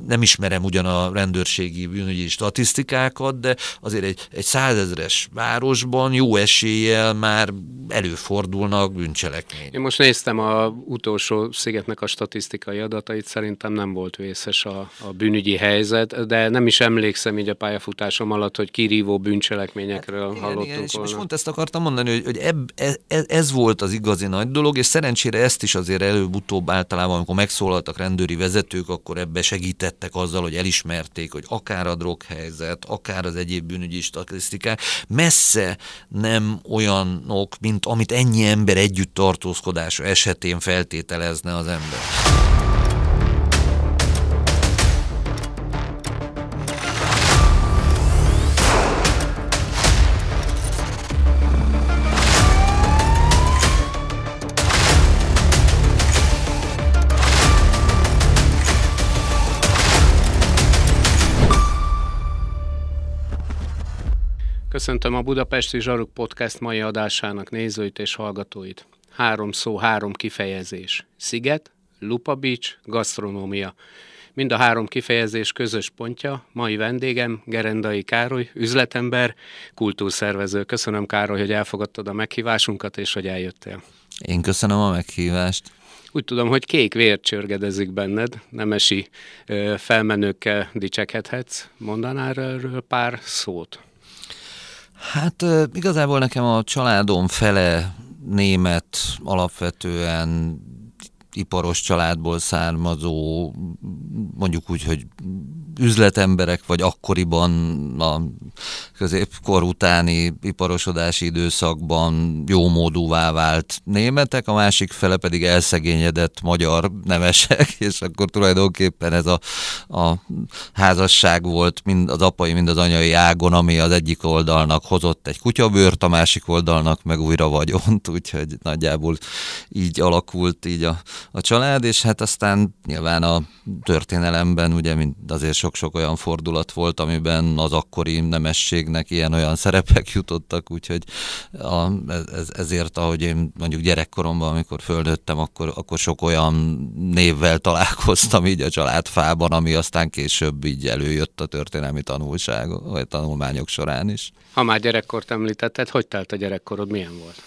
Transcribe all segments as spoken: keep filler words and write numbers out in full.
nem ismerem ugyan a rendőrségi bűnügyi statisztikákat, de azért egy, egy százezres városban jó eséllyel már előfordulnak bűncselekmények. Én most néztem a utolsó Szigetnek a statisztikai adatait, szerintem nem volt vészes a, a bűnügyi helyzet, de nem is emlékszem így a pályafutásom alatt, hogy kirívó bűncselekményekről hát, hallottunk igen, volna. És pont ezt akartam mondani, hogy, hogy ebb, ez, ez volt az igazi nagy dolog, és szerencsére ezt is azért előbb-utóbb általában, amikor megszólaltak rendőri vezetők, akkor ebbe segítettek azzal, hogy elismerték, hogy akár a droghelyzet, akár az egyéb bűnügyi statisztikák messze nem olyanok, mint amit ennyi ember együtt tartózkodása esetén feltételezne az ember. Köszöntöm a Budapesti Zsaruk Podcast mai adásának nézőit és hallgatóit. Három szó, három kifejezés. Sziget, Lupa Beach, gasztronómia. Mind a három kifejezés közös pontja. Mai vendégem Gerendai Károly, üzletember, kultúrszervező. Köszönöm, Károly, hogy elfogadtad a meghívásunkat és hogy eljöttél. Én köszönöm a meghívást. Úgy tudom, hogy kék vér csörgedezik benned, nemesi ö, felmenőkkel dicsekedhetsz. Mondanál erről pár szót? Hát igazából nekem a családom fele német, alapvetően iparos családból származó, mondjuk úgy, hogy üzletemberek, vagy akkoriban a középkor utáni iparosodási időszakban jómódúvá vált németek, a másik fele pedig elszegényedett magyar nemesek, és akkor tulajdonképpen ez a, a házasság volt mind az apai, mind az anyai ágon, ami az egyik oldalnak hozott egy kutyabőrt, a másik oldalnak meg újra vagyont, úgyhogy nagyjából így alakult így a a család, és hát aztán nyilván a történelemben ugye mind azért sok-sok olyan fordulat volt, amiben az akkori nemességnek ilyen-olyan szerepek jutottak, úgyhogy a, ez, ezért, ahogy én mondjuk gyerekkoromban, amikor fölnőttem, akkor, akkor sok olyan névvel találkoztam így a családfában, ami aztán később így előjött a történelmi tanulság, vagy tanulmányok során is. Ha már gyerekkort említetted, hogy telt a gyerekkorod, milyen volt?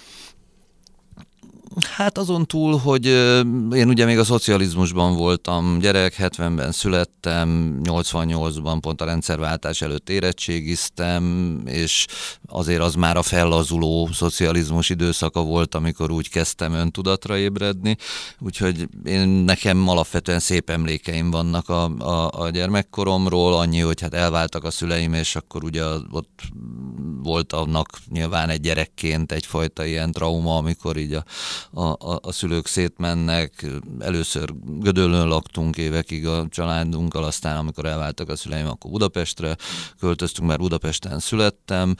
Hát azon túl, hogy én ugye még a szocializmusban voltam gyerek, hetvenben születtem, nyolcvannyolcban pont a rendszerváltás előtt érettségiztem, és azért az már a fellazuló szocializmus időszaka volt, amikor úgy kezdtem öntudatra ébredni, úgyhogy én, nekem alapvetően szép emlékeim vannak a, a, a gyermekkoromról, annyi, hogy hát elváltak a szüleim, és akkor ugye ott volt annak nyilván egy gyerekként egyfajta ilyen trauma, amikor így a A, a, a szülők szétmennek. Először Gödöllőn laktunk évekig a családunkkal, aztán amikor elváltak a szüleim, akkor Budapestre költöztünk, már Budapesten születtem,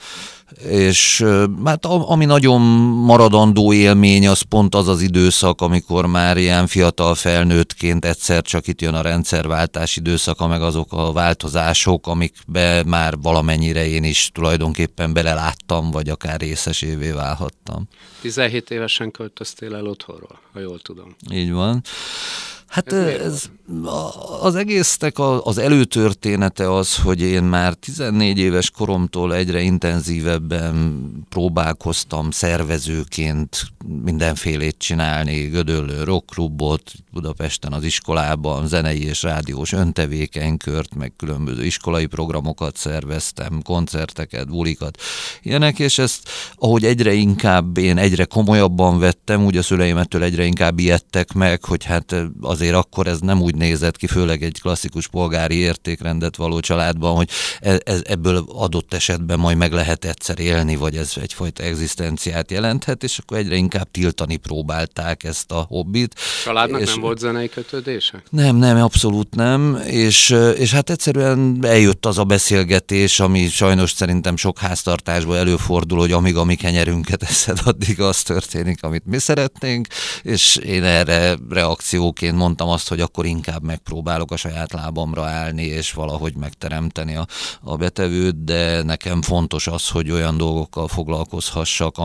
és hát ami nagyon maradandó élmény, az pont az az időszak, amikor már ilyen fiatal felnőttként egyszer csak itt jön a rendszerváltás időszaka, meg azok a változások, amikbe már valamennyire én is tulajdonképpen beleláttam, vagy akár részesévé válhattam. tizenhét évesen költöztél el otthonról, ha jól tudom. Így van. Hát ez, ez az egésznek az előtörténete az, hogy én már tizennégy éves koromtól egyre intenzívebben próbálkoztam szervezőként mindenfélét csinálni, Gödöllőn rockklubot, Budapesten az iskolában zenei és rádiós öntevékenykört, meg különböző iskolai programokat szerveztem, koncerteket, bulikat, ilyenek, és ezt ahogy egyre inkább én egyre komolyabban vettem, úgy a szüleimettől egyre inkább ijedtek meg, hogy hát az azért akkor ez nem úgy nézett ki, főleg egy klasszikus polgári értékrendet való családban, hogy ez, ebből adott esetben majd meg lehet egyszer élni, vagy ez egyfajta egzisztenciát jelenthet, és akkor egyre inkább tiltani próbálták ezt a hobbit. Családnak és nem volt zenei kötődése? Nem, nem, abszolút nem, és, és hát egyszerűen eljött az a beszélgetés, ami sajnos szerintem sok háztartásban előfordul, hogy amíg a mi kenyerünket eszed, addig az történik, amit mi szeretnénk, és én erre reakcióként mondtam azt, hogy akkor inkább megpróbálok a saját lábamra állni, és valahogy megteremteni a, a betevőt, de nekem fontos az, hogy olyan dolgokkal foglalkozhassak, amik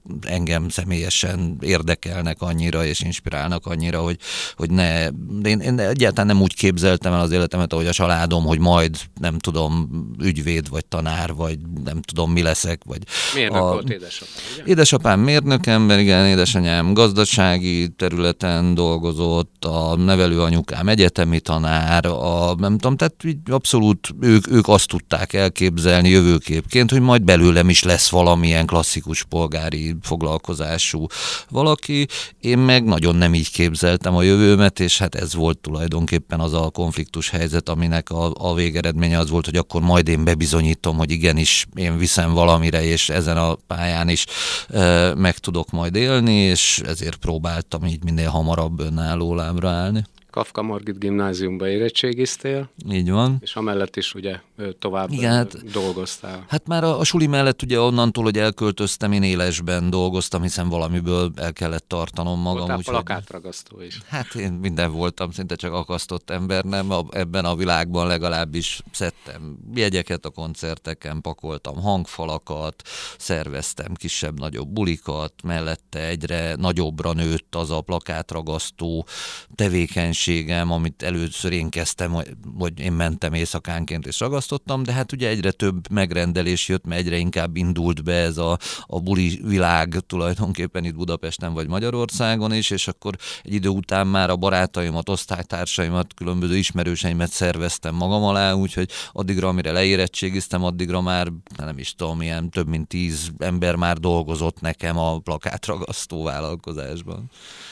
engem személyesen érdekelnek annyira, és inspirálnak annyira, hogy, hogy ne, de én, én egyáltalán nem úgy képzeltem el az életemet, ahogy a családom, hogy majd nem tudom, ügyvéd, vagy tanár, vagy nem tudom, mi leszek, vagy... Mérnök a... volt édesapám, ugye? Édesapám mérnökember, igen, édesanyám gazdasági területen dolgozott, a nevelőanyukám egyetemi tanár, a, nem tudom, tehát így abszolút ők, ők azt tudták elképzelni jövőképként, hogy majd belőlem is lesz valamilyen klasszikus polgári foglalkozású valaki. Én meg nagyon nem így képzeltem a jövőmet, és hát ez volt tulajdonképpen az a konfliktus helyzet, aminek a, a végeredménye az volt, hogy akkor majd én bebizonyítom, hogy igenis én viszem valamire, és ezen a pályán is e, meg tudok majd élni, és ezért próbáltam így minél hamarabb önálló lábra állni. Kafka Margit gimnáziumba érettségiztél. Így van. És amellett is ugye tovább igen, hát, dolgoztál. Hát már a, a suli mellett ugye onnantól, hogy elköltöztem, én élesben dolgoztam, hiszen valamiből el kellett tartanom magam. Voltál úgy, plakátragasztó is. Hát én minden voltam, szinte csak akasztott ember, nem? Ebben a világban legalábbis szedtem jegyeket a koncerteken, pakoltam hangfalakat, szerveztem kisebb-nagyobb bulikat, mellette egyre nagyobbra nőtt az a plakátragasztó tevékenységem, amit először én kezdtem, hogy én mentem éjszakánként és ragasztottam, de hát ugye egyre több megrendelés jött, mert egyre inkább indult be ez a, a buli világ tulajdonképpen itt Budapesten vagy Magyarországon is, és akkor egy idő után már a barátaimat, osztálytársaimat, különböző ismerőseimet szerveztem magam alá, úgyhogy addigra, amire leérettségiztem, addigra már nem is tudom, ilyen több mint tíz ember már dolgozott nekem a plakátragasztó vállalkozásban.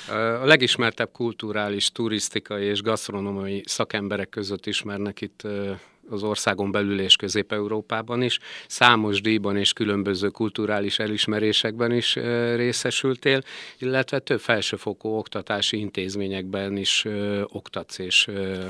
A legismertebb kulturális, turisztikai és gasztronómiai szakemberek között ismernek itt az országon belül és Közép-Európában is. Számos díjban és különböző kulturális elismerésekben is részesültél, illetve több felsőfokú oktatási intézményekben is oktatsz és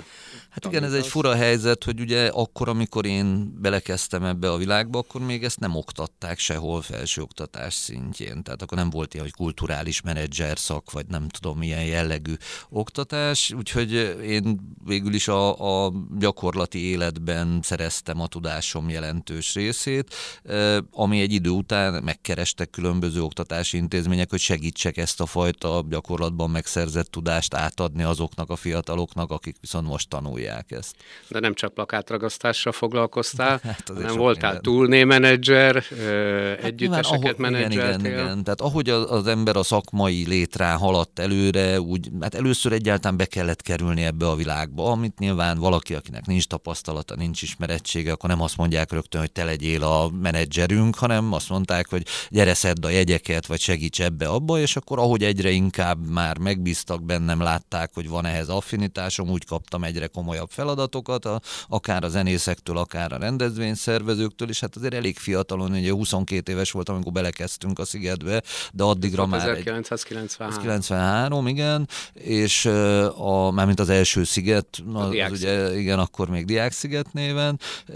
Hát igen, ez egy fura helyzet, hogy ugye akkor, amikor én belekezdtem ebbe a világba, akkor még ezt nem oktatták sehol felsőoktatás szintjén. Tehát akkor nem volt ilyen, hogy kulturális menedzser szak, vagy nem tudom, milyen jellegű oktatás. Úgyhogy én végül is a, a gyakorlati életben szereztem a tudásom jelentős részét, ami egy idő után megkerestek különböző oktatási intézmények, hogy segítsek ezt a fajta gyakorlatban megszerzett tudást átadni azoknak a fiataloknak, akik viszont most tanulják ezt. De nem csak plakátragasztással foglalkoztál, hát hanem voltál minden. turnémenedzser, hát együtteseket menedzseltél. Igen, igen, igen. Tehát ahogy az ember a szakmai létrán haladt előre, úgy, hát először egyáltalán be kellett kerülni ebbe a világba, amit nyilván valaki, akinek nincs tapasztalata, nincs ismerettsége, akkor nem azt mondják rögtön, hogy te legyél a menedzserünk, hanem azt mondták, hogy gyere, szedd a jegyeket, vagy segíts ebbe abba, és akkor ahogy egyre inkább már megbíztak bennem, látták, hogy van ehhez affinitásom, úgy kaptam egyre komolyabb feladatokat, a, akár a zenészektől, akár a rendezvényszervezőktől, és hát azért elég fiatalon, ugye huszonkét éves voltam, amikor belekezdtünk a Szigetbe, de addigra már... ezerkilencszázkilencvenhárom. kilencvenhárom, igen, és a, mármint az első Sziget, az, az ugye, igen, akkor még Diáksziget néven,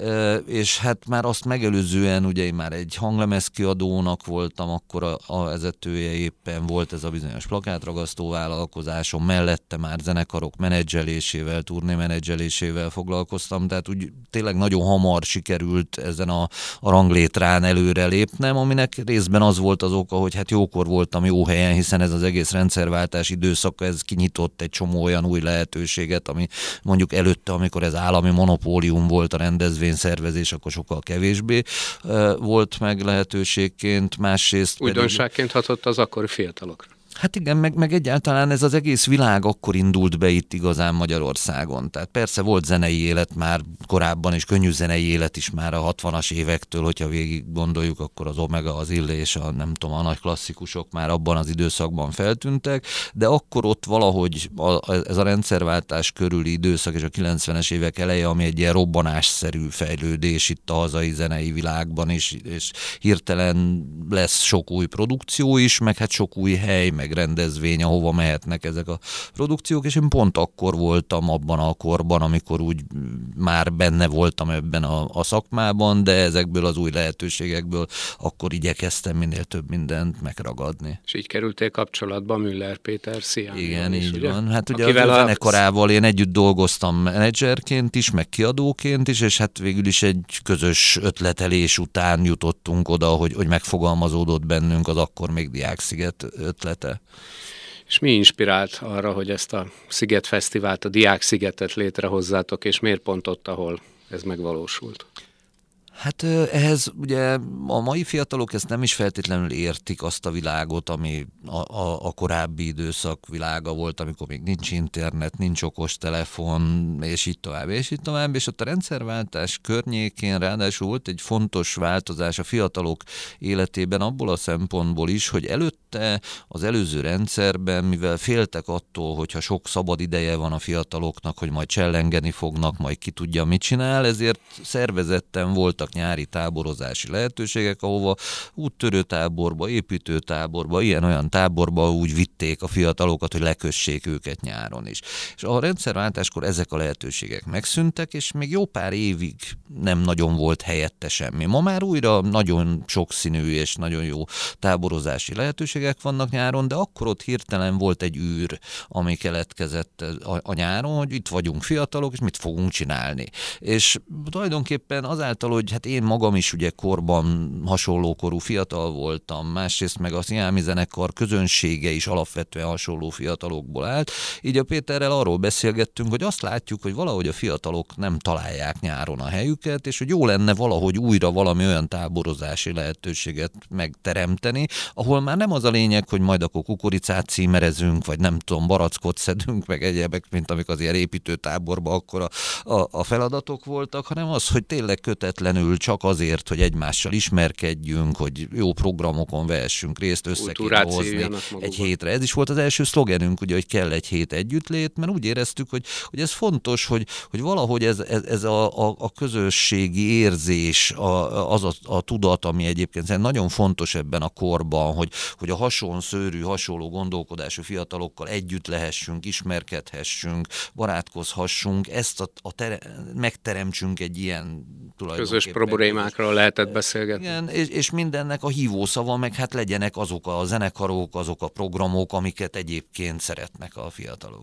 és hát már azt megelőzően, ugye én már egy hanglemezkiadónak voltam, akkor a, a vezetője éppen volt ez a bizonyos plakátragasztó vállalkozásom, mellette már zenekarok menedzselésével, turnémenedzselésével foglalkoztam, tehát úgy tényleg nagyon hamar sikerült ezen a, a ranglétrán előre lépnem, aminek részben az volt az oka, hogy hát jókor voltam jó helyen, hiszen ez az egész rendszerváltás időszaka, ez kinyitott egy csomó olyan új lehetőséget, ami mondjuk előtte, amikor ez állami monopólium volt a rendezvényszervezés, akkor sokkal kevésbé uh, volt meg lehetőségként, másrészt újdonságként pedig... hatott az akkori fiatalokra. Hát igen, meg, meg egyáltalán ez az egész világ akkor indult be itt igazán Magyarországon. Tehát persze volt zenei élet már korábban, és könnyű zenei élet is már a hatvanas évektől, hogyha végig gondoljuk, akkor az Omega, az Ille és a nem tudom, a nagy klasszikusok már abban az időszakban feltűntek, de akkor ott valahogy a, ez a rendszerváltás körüli időszak és a kilencvenes évek eleje, ami egy ilyen robbanásszerű fejlődés itt a hazai zenei világban is, és hirtelen lesz sok új produkció is, meg hát sok új hely, meg meg rendezvény, ahova mehetnek ezek a produkciók, és én pont akkor voltam abban a korban, amikor úgy már benne voltam ebben a, a szakmában, de ezekből az új lehetőségekből akkor igyekeztem minél több mindent megragadni. És így kerültél kapcsolatba Müller Péter Sziánival. Igen, is, így ugye? van. Hát ugye Akivel a a zenekarával én együtt dolgoztam menedzserként is, meg kiadóként is, és hát végül is egy közös ötletelés után jutottunk oda, hogy, hogy megfogalmazódott bennünk az akkor még Diáksziget ötlete. És mi inspirált arra, hogy ezt a Sziget Fesztivált, a Diákszigetet létrehozzátok, és miért pont ott, ahol ez megvalósult? Hát ehhez ugye a mai fiatalok ezt nem is feltétlenül értik, azt a világot, ami a, a, a korábbi időszak világa volt, amikor még nincs internet, nincs okostelefon, és így tovább, és így tovább, és ott a rendszerváltás környékén ráadásul volt egy fontos változás a fiatalok életében abból a szempontból is, hogy előtte az előző rendszerben, mivel féltek attól, hogyha sok szabad ideje van a fiataloknak, hogy majd csellengeni fognak, majd ki tudja, mit csinál, ezért szervezetten voltak nyári táborozási lehetőségek, ahova úttörőtáborba, építőtáborba, ilyen-olyan táborba úgy vitték a fiatalokat, hogy lekössék őket nyáron is. És a rendszerváltáskor ezek a lehetőségek megszűntek, és még jó pár évig nem nagyon volt helyette semmi. Ma már újra nagyon sokszínű és nagyon jó táborozási lehetőségek vannak nyáron, de akkor ott hirtelen volt egy űr, ami keletkezett a, a nyáron, hogy itt vagyunk fiatalok, és mit fogunk csinálni. És tulajdonképpen azáltal, hogy hát én magam is ugye korban hasonló korú fiatal voltam, másrészt meg a Sziámi zenekar közönsége is alapvetően hasonló fiatalokból állt, így a Péterrel arról beszélgettünk, hogy azt látjuk, hogy valahogy a fiatalok nem találják nyáron a helyüket, és hogy jó lenne valahogy újra valami olyan táborozási lehetőséget megteremteni, ahol már nem az a lényeg, hogy majd akkor kukoricát címerezünk, vagy nem tudom, barackot szedünk, meg egyebek, mint amik az ilyen építőtáborban akkor a, a, a feladatok voltak, hanem az, hogy tényleg kötetlenül csak azért, hogy egymással ismerkedjünk, hogy jó programokon vehessünk részt, össze kéne hozni egy hétre. Ez is volt az első szlogenünk, ugye, hogy kell egy hét együttlét, mert úgy éreztük, hogy, hogy ez fontos, hogy, hogy valahogy ez, ez, ez a, a, a közösségi érzés, a, az a, a tudat, ami egyébként nagyon fontos ebben a korban, hogy, hogy a hasonszőrű, hasonló gondolkodású fiatalokkal együtt lehessünk, ismerkedhessünk, barátkozhassunk, ezt a, a tere, megteremtsünk egy ilyen közös problémákról lehetett beszélgetni. Igen, és, és mindennek a hívószava, meg hát legyenek azok a zenekarok, azok a programok, amiket egyébként szeretnek a fiatalok.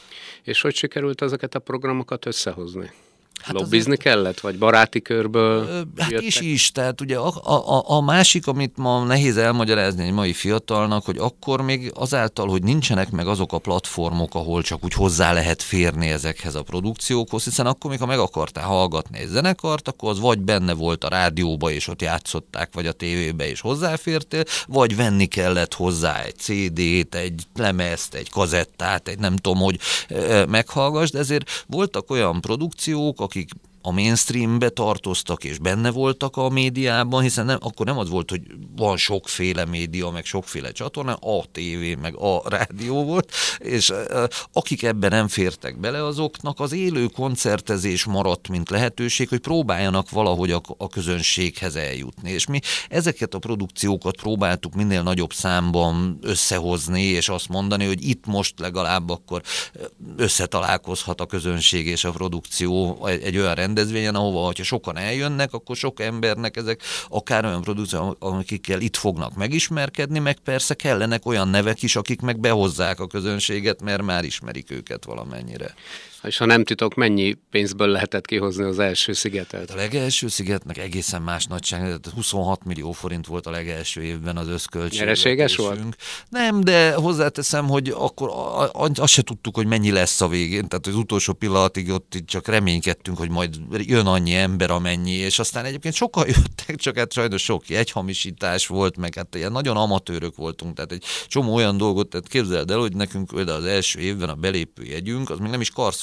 És hogy sikerült ezeket a programokat összehozni? Hát lobbizni azért kellett, vagy baráti körből Hát jöttek? is is, tehát ugye a, a, a másik, amit ma nehéz elmagyarázni egy mai fiatalnak, hogy akkor még azáltal, hogy nincsenek meg azok a platformok, ahol csak úgy hozzá lehet férni ezekhez a produkciókhoz, hiszen akkor még ha meg akartál hallgatni egy zenekart, akkor az vagy benne volt a rádióba, és ott játszották, vagy a tévébe, és hozzáfértél, vagy venni kellett hozzá egy cé dét, egy lemezt, egy kazettát, egy nem tudom, hogy meghallgass, de ezért voltak olyan produkciók, akik a mainstreambe tartoztak és benne voltak a médiában, hiszen nem, akkor nem az volt, hogy van sokféle média, meg sokféle csatorna, a tévé, meg a rádió volt, és uh, akik ebben nem fértek bele, azoknak az élő koncertezés maradt, mint lehetőség, hogy próbáljanak valahogy a, a közönséghez eljutni. És mi ezeket a produkciókat próbáltuk minél nagyobb számban összehozni, és azt mondani, hogy itt most legalább akkor összetalálkozhat a közönség és a produkció egy, egy olyan rendezvényen, ahova, hogyha sokan eljönnek, akkor sok embernek ezek akár olyan produkciók, akikkel itt fognak megismerkedni, meg persze kellenek olyan nevek is, akik meg behozzák a közönséget, mert már ismerik őket valamennyire. És ha nem titok, mennyi pénzből lehetett kihozni az első Szigetet? A legelső Szigetnek egészen más nagyság, huszonhat millió forint volt a legelső évben az összköltségvetésünk. Nyereséges volt? Nem, de hozzáteszem, hogy akkor azt se tudtuk, hogy mennyi lesz a végén, tehát az utolsó pillanatig ott csak reménykedtünk, hogy majd jön annyi ember, amennyi, és aztán egyébként sokan jöttek, csak hát sajnos sok jegyhamisítás volt, meg hát ilyen nagyon amatőrök voltunk, tehát egy csomó olyan dolgot, tehát képzeld el, hogy nekünk például az első évben a belépő jegyünk, az még nem is karszal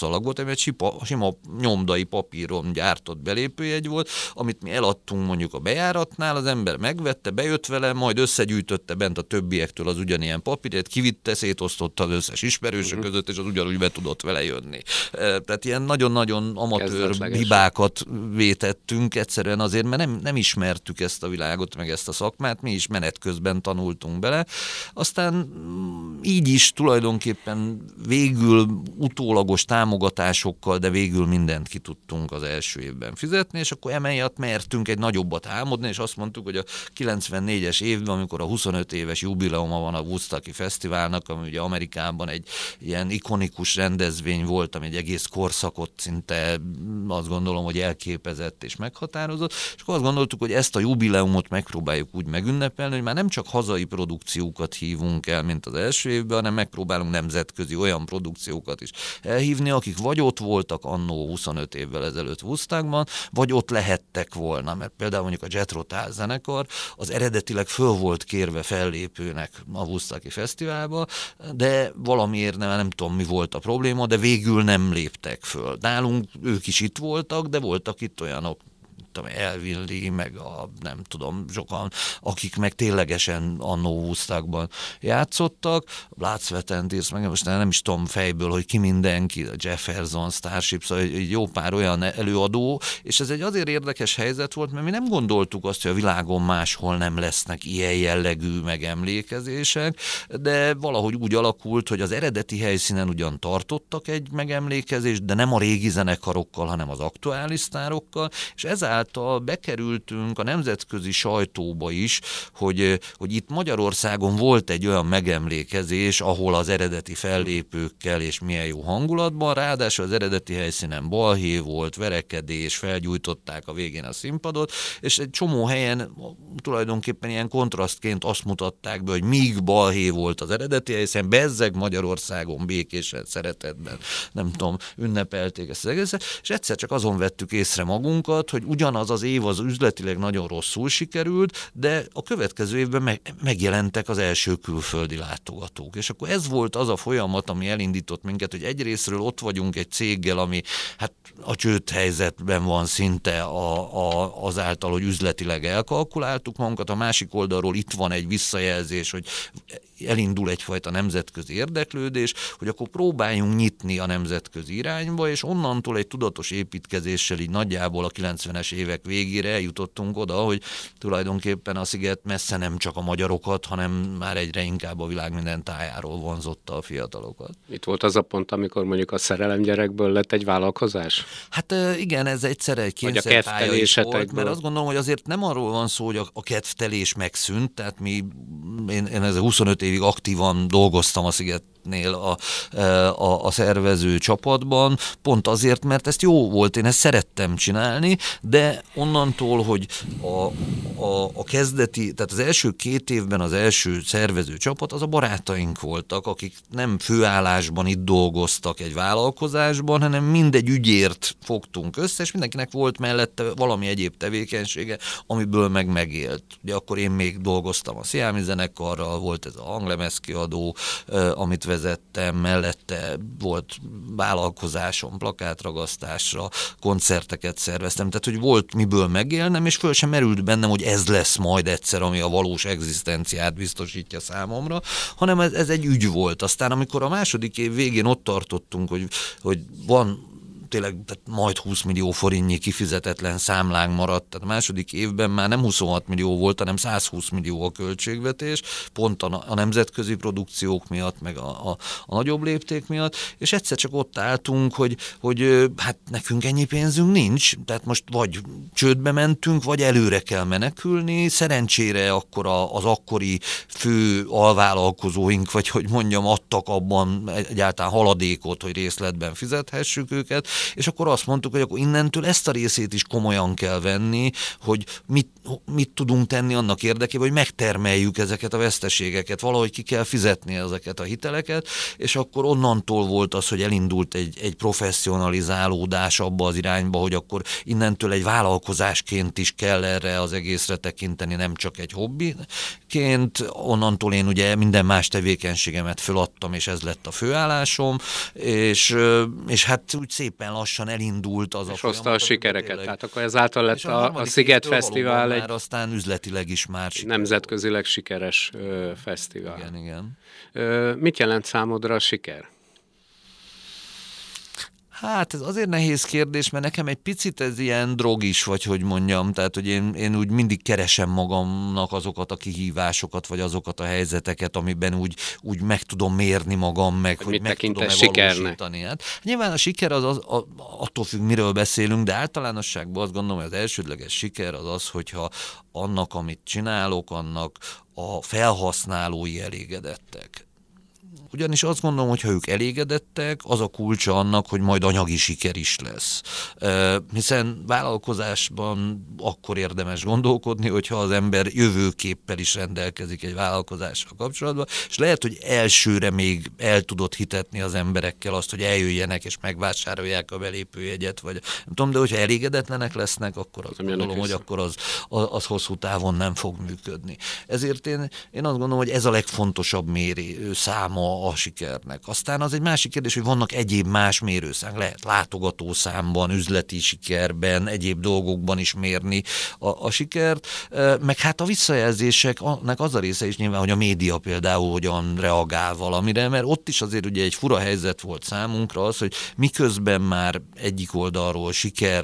szalag volt, ami egy sipa, sima nyomdai papíron gyártott belépőjegy volt, amit mi eladtunk mondjuk a bejáratnál, az ember megvette, bejött vele, majd összegyűjtötte bent a többiektől az ugyanilyen papírt, kivitte, szétosztotta az összes ismerősök uh-huh. között, és az ugyanúgy be tudott vele jönni. Tehát ilyen nagyon-nagyon amatőr hibákat vétettünk egyszerűen azért, mert nem, nem ismertük ezt a világot, meg ezt a szakmát, mi is menet közben tanultunk bele. Aztán így is tulajdonképpen végül utólagos támogatásokkal, de végül mindent ki tudtunk az első évben fizetni, és akkor emiatt mertünk egy nagyobbat álmodni, és azt mondtuk, hogy a kilencvennégyes évben, amikor a huszonöt éves jubileuma van a Woodstocki Fesztiválnak, ami ugye Amerikában egy ilyen ikonikus rendezvény volt, ami egy egész korszakot szinte azt gondolom, hogy elképezett és meghatározott, és akkor azt gondoltuk, hogy ezt a jubileumot megpróbáljuk úgy megünnepelni, hogy már nem csak hazai produkciókat hívunk el, mint az első évben, hanem megpróbálunk nemzetközi olyan produkciókat is elhívni, akik vagy ott voltak annó huszonöt évvel ezelőtt Woodstockban, vagy ott lehettek volna, mert például mondjuk a Jethro Tull zenekar az eredetileg föl volt kérve fellépőnek a Woodstocki Fesztiválba, de valamiért nem, nem tudom mi volt a probléma, de végül nem léptek föl. Nálunk ők is itt voltak, de voltak itt olyanok, Elvin Lee, meg a nem tudom, sokan, akik meg ténylegesen annó Woodstockban játszottak, Blood, Sweat and Tears, meg most nem is tudom fejből, hogy ki mindenki, a Jefferson, Starship, szóval egy jó pár olyan előadó, és ez egy azért érdekes helyzet volt, mert mi nem gondoltuk azt, hogy a világon máshol nem lesznek ilyen jellegű megemlékezések, de valahogy úgy alakult, hogy az eredeti helyszínen ugyan tartottak egy megemlékezést, de nem a régi zenekarokkal, hanem az aktuális sztárokkal, és ezáltal bekerültünk a nemzetközi sajtóba is, hogy, hogy itt Magyarországon volt egy olyan megemlékezés, ahol az eredeti fellépőkkel és milyen jó hangulatban, ráadásul az eredeti helyszínen balhé volt, verekedés, felgyújtották a végén a színpadot, és egy csomó helyen tulajdonképpen ilyen kontrasztként azt mutatták be, hogy míg balhé volt az eredeti helyszínen, bezzeg Magyarországon békésen, szeretetben, nem tudom, ünnepelték ezt az egészet, és egyszer csak azon vettük észre magunkat, hogy ugyan az az év az üzletileg nagyon rosszul sikerült, de a következő évben meg, megjelentek az első külföldi látogatók. És akkor ez volt az a folyamat, ami elindított minket, hogy egyrészről ott vagyunk egy céggel, ami hát a csőd helyzetben van szinte a, a, azáltal, hogy üzletileg elkalkuláltuk magunkat, a másik oldalról itt van egy visszajelzés, hogy elindul egyfajta nemzetközi érdeklődés, hogy akkor próbáljunk nyitni a nemzetközi irányba, és onnantól egy tudatos építkezéssel így nagyjából a kilencvenes évek végére eljutottunk oda, hogy tulajdonképpen a sziget messze nem csak a magyarokat, hanem már egyre inkább a világ minden tájáról vonzotta a fiatalokat. Itt volt az a pont, amikor mondjuk a szerelem gyerekből lett egy vállalkozás? Hát igen, ez egyszerre egy kényszerpálya is volt, mert azt gondolom, hogy azért nem arról van szó, hogy a, a kedvtelés megszűnt, tehát mi, én, én ezzel huszonöt évig aktívan dolgoztam a Szigetnél a, a, a szervező csapatban, pont azért, mert ezt jó volt, én ezt szerettem csinálni, de onnantól, hogy a, a, a kezdeti, tehát az első két évben az első szervező csapat, az a barátaink voltak, akik nem főállásban itt dolgoztak egy vállalkozásban, hanem mindegy ügyért fogtunk össze, és mindenkinek volt mellette valami egyéb tevékenysége, amiből meg megélt. Ugye akkor én még dolgoztam a Sziámi zenekarral, volt ez a hanglemezkiadó, amit vezettem, mellette volt vállalkozásom, plakátragasztásra, koncerteket szerveztem, tehát hogy volt miből megélnem, és föl sem merült bennem, hogy ez lesz majd egyszer, ami a valós egzisztenciát biztosítja számomra, hanem ez, ez egy ügy volt. Aztán amikor a második év végén ott tartottunk, hogy, hogy van tényleg tehát majd húsz millió forintnyi kifizetetlen számlánk maradt, tehát a második évben már nem huszonhat millió volt, hanem százhúsz millió a költségvetés, pont a, a nemzetközi produkciók miatt, meg a, a, a nagyobb lépték miatt, és egyszer csak ott álltunk, hogy, hogy hát nekünk ennyi pénzünk nincs, tehát most vagy csődbe mentünk, vagy előre kell menekülni, szerencsére akkor a, az akkori fő alvállalkozóink, vagy hogy mondjam, adtak abban egyáltalán haladékot, hogy részletben fizethessük őket, és akkor azt mondtuk, hogy akkor innentől ezt a részét is komolyan kell venni, hogy mit, mit tudunk tenni annak érdekében, hogy megtermeljük ezeket a veszteségeket, valahogy ki kell fizetni ezeket a hiteleket, és akkor onnantól volt az, hogy elindult egy, egy professzionalizálódás abba az irányba, hogy akkor innentől egy vállalkozásként is kell erre az egészre tekinteni, nem csak egy hobbiként. Onnantól én ugye minden más tevékenységemet föladtam, és ez lett a főállásom, és, és hát úgy szépen lassan elindult az és a hozta folyamat, a sikereket, tényleg, tehát akkor ezáltal lett a, a, a Sziget Fesztivál egy aztán üzletileg is már nemzetközileg sikeres ö, fesztivál. Igen, igen. Ö, mit jelent számodra a siker? Hát ez azért nehéz kérdés, mert nekem egy picit ez ilyen drog is, vagy hogy mondjam, tehát hogy én, én úgy mindig keresem magamnak azokat a kihívásokat, vagy azokat a helyzeteket, amiben úgy, úgy meg tudom mérni magam, meg hogy, hogy meg tudom-e valósítani. Hát, nyilván a siker az, az a, attól függ, miről beszélünk, de általánosságban azt gondolom, hogy az elsődleges siker az az, hogyha annak, amit csinálok, annak a felhasználói elégedettek. Ugyanis azt gondolom, hogy ha ők elégedettek, az a kulcsa annak, hogy majd anyagi siker is lesz. Hiszen vállalkozásban akkor érdemes gondolkodni, hogyha az ember jövőképpel is rendelkezik egy vállalkozással kapcsolatban, és lehet, hogy elsőre még el tudod hitetni az emberekkel azt, hogy eljöjjenek és megvásárolják a belépőjegyet, vagy nem tudom, de hogyha elégedetlenek lesznek, akkor azt gondolom, hogy akkor az, az, az hosszú távon nem fog működni. Ezért én, én azt gondolom, hogy ez a legfontosabb mérő száma a sikernek. Aztán az egy másik kérdés, hogy vannak egyéb más mérőszám, lehet látogatószámban, üzleti sikerben, egyéb dolgokban is mérni a, a sikert, meg hát a visszajelzéseknek az a része is nyilván, hogy a média például hogyan reagál valamire, mert ott is azért ugye egy fura helyzet volt számunkra az, hogy miközben már egyik oldalról siker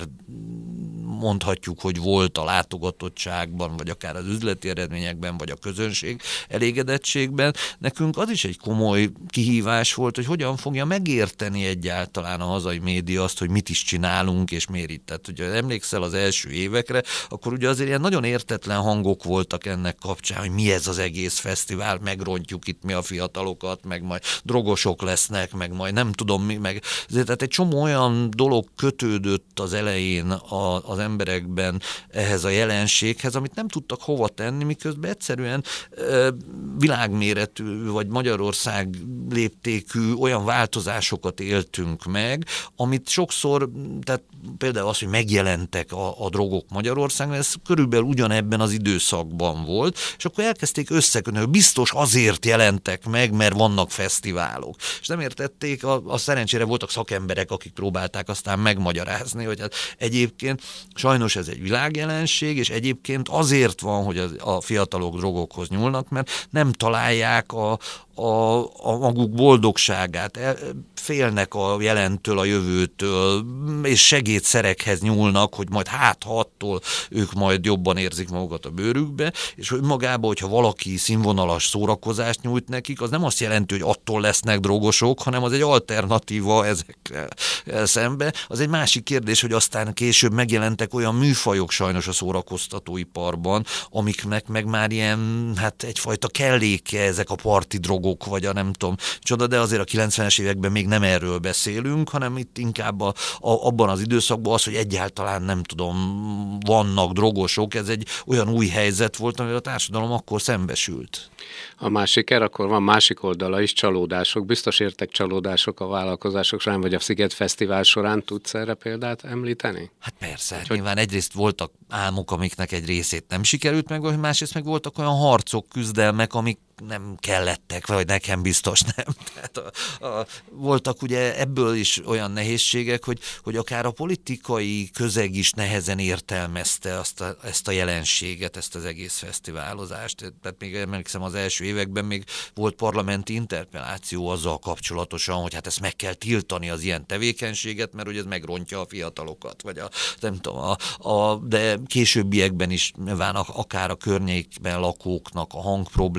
mondhatjuk, hogy volt a látogatottságban, vagy akár az üzleti eredményekben, vagy a közönség elégedettségben. Nekünk az is egy komoly kihívás volt, hogy hogyan fogja megérteni egyáltalán a hazai média azt, hogy mit is csinálunk, és miért itt. Tehát, hogyha emlékszel az első évekre, akkor ugye azért ilyen nagyon értetlen hangok voltak ennek kapcsán, hogy mi ez az egész fesztivál, megrontjuk itt mi a fiatalokat, meg majd drogosok lesznek, meg majd nem tudom mi, meg tehát egy csomó olyan dolog kötődött az elején a, az emberekben ehhez a jelenséghez, amit nem tudtak hova tenni, miközben egyszerűen ö, világméretű, vagy Magyarország léptékű olyan változásokat éltünk meg, amit sokszor, tehát például az, hogy megjelentek a, a drogok Magyarországon, ez körülbelül ugyanebben az időszakban volt, és akkor elkezdték összekötni, hogy biztos azért jelentek meg, mert vannak fesztiválok. És nem értették, a, a szerencsére voltak szakemberek, akik próbálták aztán megmagyarázni, hogy hát egyébként sajnos ez egy világjelenség, és egyébként azért van, hogy a, a fiatalok drogokhoz nyúlnak, mert nem találják a, a, a maguk boldogságát, félnek a jelentől, a jövőtől, és segédszerekhez nyúlnak, hogy majd hát ha attól ők majd jobban érzik magukat a bőrükbe, és hogy magában, hogyha valaki színvonalas szórakozást nyújt nekik, az nem azt jelenti, hogy attól lesznek drogosok, hanem az egy alternatíva ezekkel szembe. Az egy másik kérdés, hogy aztán később megjelentek olyan műfajok sajnos a szórakoztatóiparban, amiknek meg már ilyen, hát egyfajta kelléke ezek a parti drogok, vagy a nem tudom, csoda, de azért a kilencvenes években még nem erről beszélünk, hanem itt inkább a, a, abban az időszakban az, hogy egyáltalán nem tudom, vannak drogosok, ez egy olyan új helyzet volt, amivel a társadalom akkor szembesült. A másik er, akkor van másik oldala is, csalódások. Biztos értek csalódások a vállalkozások során, vagy a Sziget Fesztivál során, tudsz erre példát említeni? Hát persze, Úgy, nyilván egyrészt voltak álmok, amiknek egy részét nem sikerült meg, másrészt meg voltak olyan harcok, küzdelmek, amik nem kellettek, vagy nekem biztos nem. Tehát a, a, voltak ugye ebből is olyan nehézségek, hogy, hogy akár a politikai közeg is nehezen értelmezte azt a, ezt a jelenséget, ezt az egész fesztiválozást. Tehát még emlékszem, az első években még volt parlamenti interpelláció azzal kapcsolatosan, hogy hát ezt meg kell tiltani az ilyen tevékenységet, mert hogy ez megrontja a fiatalokat, vagy a, nem tudom, a, a, de későbbiekben is nyilván akár a környékben lakóknak a hangproblémák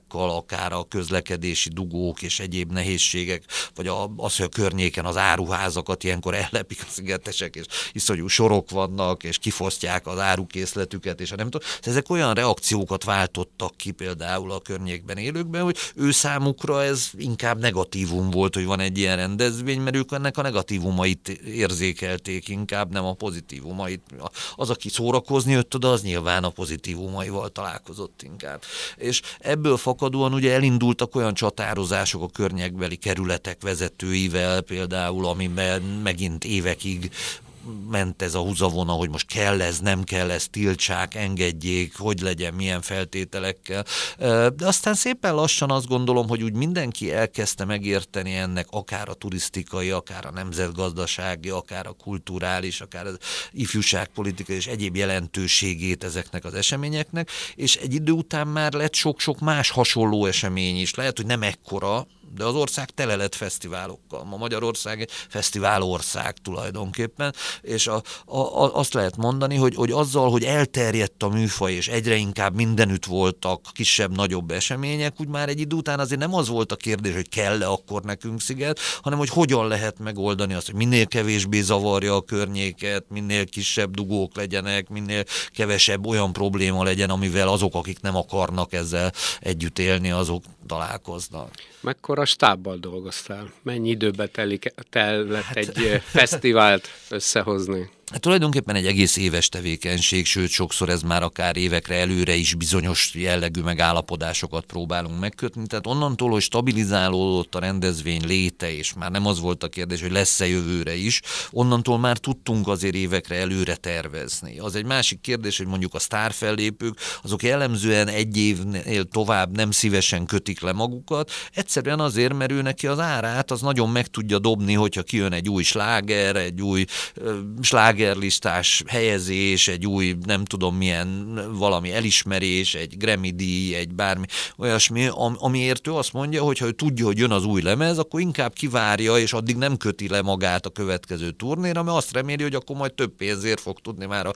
hibákkal, akár a közlekedési dugók és egyéb nehézségek, vagy az, hogy a környéken az áruházakat ilyenkor ellepik a szigetesek, és iszonyú sorok vannak, és kifosztják az árukészletüket, és nem tudom. Ezek olyan reakciókat váltottak ki például a környékben élőkben, hogy ő számukra ez inkább negatívum volt, hogy van egy ilyen rendezvény, mert ők ennek a negatívumait érzékelték inkább, nem a pozitívumait. Az, aki szórakozni jött oda, az nyilván a pozitívumaival találkozott inkább. És ebből fakadóan ugye elindultak olyan csatározások a környékbeli kerületek vezetőivel, például, amiben megint évekig ment ez a húzavona, hogy most kell ez, nem kell ez, tiltsák, engedjék, hogy legyen, milyen feltételekkel. De aztán szépen lassan azt gondolom, hogy úgy mindenki elkezdte megérteni ennek akár a turisztikai, akár a nemzetgazdasági, akár a kulturális, akár az ifjúságpolitikai és egyéb jelentőségét ezeknek az eseményeknek, és egy idő után már lett sok-sok más hasonló esemény is. Lehet, hogy nem ekkora, de az ország tele lett fesztiválokkal. Ma Magyarország egy fesztiválország tulajdonképpen, és a, a, azt lehet mondani, hogy, hogy azzal, hogy elterjedt a műfaj, és egyre inkább mindenütt voltak kisebb-nagyobb események, úgy már egy idő után azért nem az volt a kérdés, hogy kell-e akkor nekünk sziget, hanem hogy hogyan lehet megoldani azt, hogy minél kevésbé zavarja a környéket, minél kisebb dugók legyenek, minél kevesebb olyan probléma legyen, amivel azok, akik nem akarnak ezzel együtt élni, azok találkoznak. Mekkora stábbal dolgoztál? Mennyi időbe telik, tellett hát, egy fesztivált összehozni? Hát tulajdonképpen egy egész éves tevékenység, sőt sokszor ez már akár évekre előre is bizonyos jellegű megállapodásokat próbálunk megkötni. Tehát onnantól, hogy stabilizálódott a rendezvény léte, és már nem az volt a kérdés, hogy lesz-e jövőre is, onnantól már tudtunk azért évekre előre tervezni. Az egy másik kérdés, hogy mondjuk a sztárfellépők, azok jellemzően egy évnél tovább nem szívesen kötik le magukat, egyszerűen azért, mert ő neki az árát az nagyon meg tudja dobni, hogyha kijön egy új sláger, egy új uh, sláger slágerlistás helyezés, egy új, nem tudom milyen valami elismerés, egy Grammy-díj, egy bármi olyasmi, amiért ő azt mondja, hogy ha ő tudja, hogy jön az új lemez, akkor inkább kivárja, és addig nem köti le magát a következő turnéra, mert azt reméli, hogy akkor majd több pénzért fog tudni már a,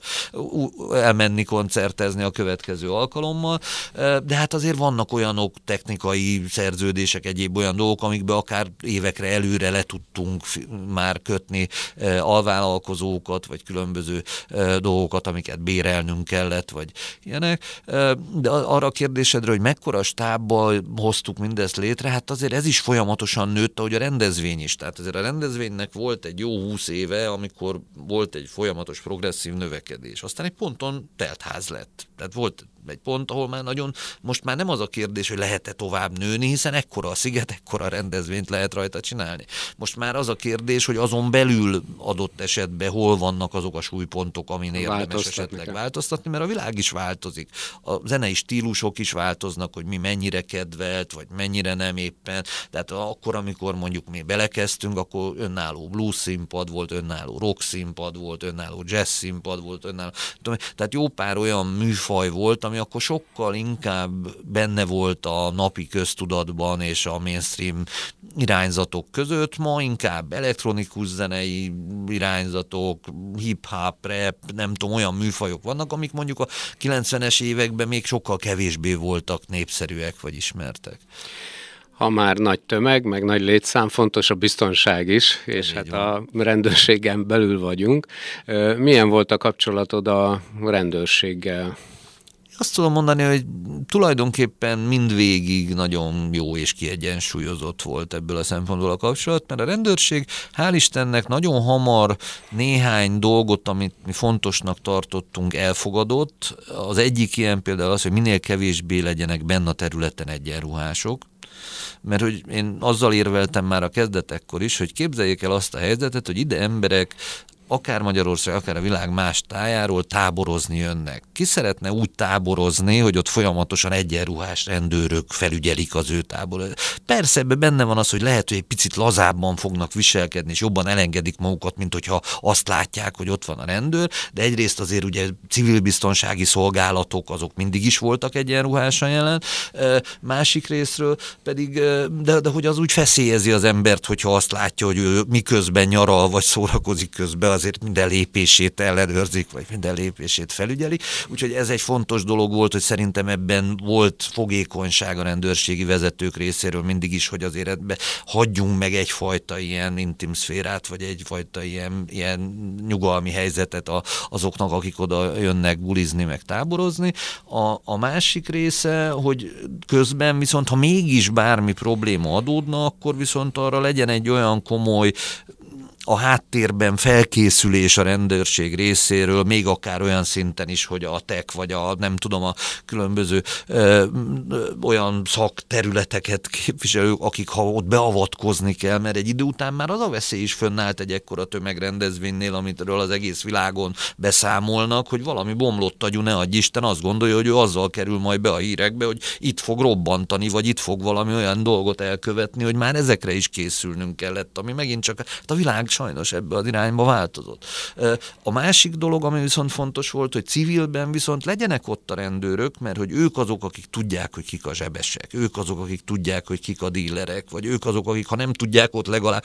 elmenni koncertezni a következő alkalommal. De hát azért vannak olyanok, technikai szerződések, egyéb olyan dolgok, amikbe akár évekre előre le tudtunk már kötni alvállalkozókat, vagy különböző e, dolgokat, amiket bérelnünk kellett, vagy ilyenek. E, de arra a kérdésedre, hogy mekkora stábbal hoztuk mindezt létre, hát azért ez is folyamatosan nőtt, ahogy a rendezvény is. Tehát azért a rendezvénynek volt egy jó húsz éve, amikor volt egy folyamatos progresszív növekedés. Aztán egy ponton teltház lett. Tehát volt egy pont, ahol már nagyon, most már nem az a kérdés, hogy lehet-e tovább nőni, hiszen ekkora a sziget, ekkora rendezvényt lehet rajta csinálni. Most már az a kérdés, hogy azon belül adott esetben hol vannak azok a súlypontok, amin érdemes esetleg változtatni, mert a világ is változik. A zenei stílusok is változnak, hogy mi mennyire kedvelt, vagy mennyire nem éppen. Tehát akkor, amikor mondjuk mi belekezdtünk, akkor önálló blues színpad volt, önálló rock színpad volt, önálló jazz színpad volt, önálló... Tehát jó pár olyan műfaj volt, ami akkor sokkal inkább benne volt a napi köztudatban és a mainstream irányzatok között, ma inkább elektronikus zenei irányzatok, hip-hop, rap, nem tudom, olyan műfajok vannak, amik mondjuk a kilencvenes években még sokkal kevésbé voltak népszerűek vagy ismertek. Ha már nagy tömeg, meg nagy létszám, fontos a biztonság is, és Ez hát a rendőrségen belül vagyunk. Milyen volt a kapcsolatod a rendőrséggel? Azt tudom mondani, hogy tulajdonképpen mindvégig nagyon jó és kiegyensúlyozott volt ebből a szempontból a kapcsolat, mert a rendőrség hál' Istennek nagyon hamar néhány dolgot, amit mi fontosnak tartottunk, elfogadott. Az egyik ilyen például az, hogy minél kevésbé legyenek benne a területen egyenruhások, mert hogy én azzal érveltem már a kezdetekkor is, hogy képzeljék el azt a helyzetet, hogy ide emberek akár Magyarország, akár a világ más tájáról táborozni jönnek. Ki szeretne úgy táborozni, hogy ott folyamatosan egyenruhás rendőrök felügyelik az ő tábor. Persze ebben benne van az, hogy lehet, hogy egy picit lazábban fognak viselkedni, és jobban elengedik magukat, mint hogyha azt látják, hogy ott van a rendőr, de egyrészt azért ugye civilbiztonsági szolgálatok azok mindig is voltak egyenruhásan jelen, másik részről pedig, de, de hogy az úgy feszélyezi az embert, hogyha azt látja, hogy ő miközben nyaral, vagy szórakozik közben az azért minden lépését ellenőrzik, vagy minden lépését felügyelik. Úgyhogy ez egy fontos dolog volt, hogy szerintem ebben volt fogékonyság a rendőrségi vezetők részéről mindig is, hogy azért ebbe hagyjunk meg egyfajta ilyen intim szférát, vagy egyfajta ilyen, ilyen nyugalmi helyzetet a, azoknak, akik oda jönnek bulizni, meg táborozni. A, a másik része, hogy közben viszont, ha mégis bármi probléma adódna, akkor viszont arra legyen egy olyan komoly a háttérben felkészülés a rendőrség részéről, még akár olyan szinten is, hogy a tek, vagy a nem tudom, a különböző ö, ö, olyan szakterületeket képviselők, akik ha ott beavatkozni kell, mert egy idő után már az a veszély is fönnállt egy ekkora tömegrendezvénynél, amitről az egész világon beszámolnak, hogy valami bomlott agyú, ne adj Isten, azt gondolja, hogy ő azzal kerül majd be a hírekbe, hogy itt fog robbantani, vagy itt fog valami olyan dolgot elkövetni, hogy már ezekre is készülnünk kellett, ami megint csak a világ sajnos ebbe az irányba változott. A másik dolog, ami viszont fontos volt, hogy civilben viszont legyenek ott a rendőrök, mert hogy ők azok, akik tudják, hogy kik a zsebesek, ők azok, akik tudják, hogy kik a dílerek, vagy ők azok, akik ha nem tudják, ott legalább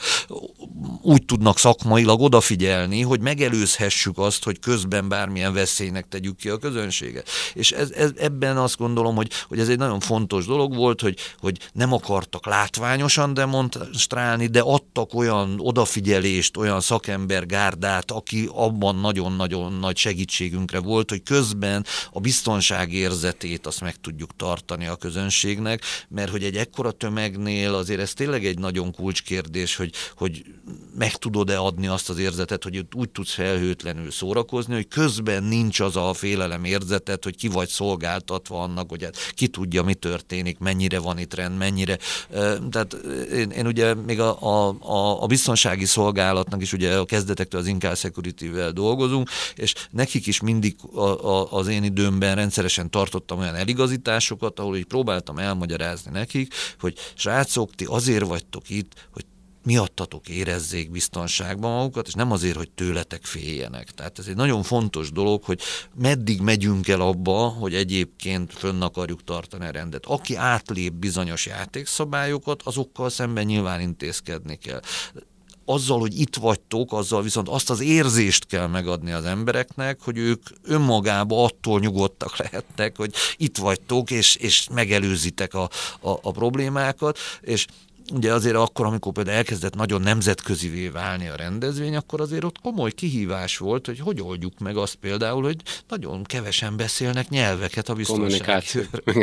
úgy tudnak szakmailag odafigyelni, hogy megelőzhessük azt, hogy közben bármilyen veszélynek tegyük ki a közönséget. És ez, ez, ebben azt gondolom, hogy, hogy ez egy nagyon fontos dolog volt, hogy, hogy nem akartak látványosan demonstrálni, de adtak olyan odafigyelést, olyan szakembergárdát, aki abban nagyon-nagyon nagy segítségünkre volt, hogy közben a biztonságérzetét azt meg tudjuk tartani a közönségnek, mert hogy egy ekkora tömegnél azért ez tényleg egy nagyon kulcskérdés, hogy, hogy meg tudod-e adni azt az érzetet, hogy úgy tudsz felhőtlenül szórakozni, hogy közben nincs az a félelem érzetet, hogy ki vagy szolgáltatva annak, hogy hát ki tudja, mi történik, mennyire van itt rend, mennyire. Tehát én, én ugye még a, a, a biztonsági szolgálatnak is ugye a kezdetektől az Incal Security-vel dolgozunk, és nekik is mindig a, a, az én időmben rendszeresen tartottam olyan eligazításokat, ahol így próbáltam elmagyarázni nekik, hogy srácok, ti azért vagytok itt, hogy miattatok érezzék biztonságban magukat, és nem azért, hogy tőletek féljenek. Tehát ez egy nagyon fontos dolog, hogy meddig megyünk el abba, hogy egyébként fönn akarjuk tartani a rendet. Aki átlép bizonyos játékszabályokat, azokkal szemben nyilván intézkedni kell. Azzal, hogy itt vagytok, azzal viszont azt az érzést kell megadni az embereknek, hogy ők önmagában attól nyugodtak lehetnek, hogy itt vagytok, és, és megelőzitek a, a, a problémákat, és ugye azért akkor, amikor például elkezdett nagyon nemzetközivé válni a rendezvény, akkor azért ott komoly kihívás volt, hogy hogy oldjuk meg azt például, hogy nagyon kevesen beszélnek nyelveket a biztonsági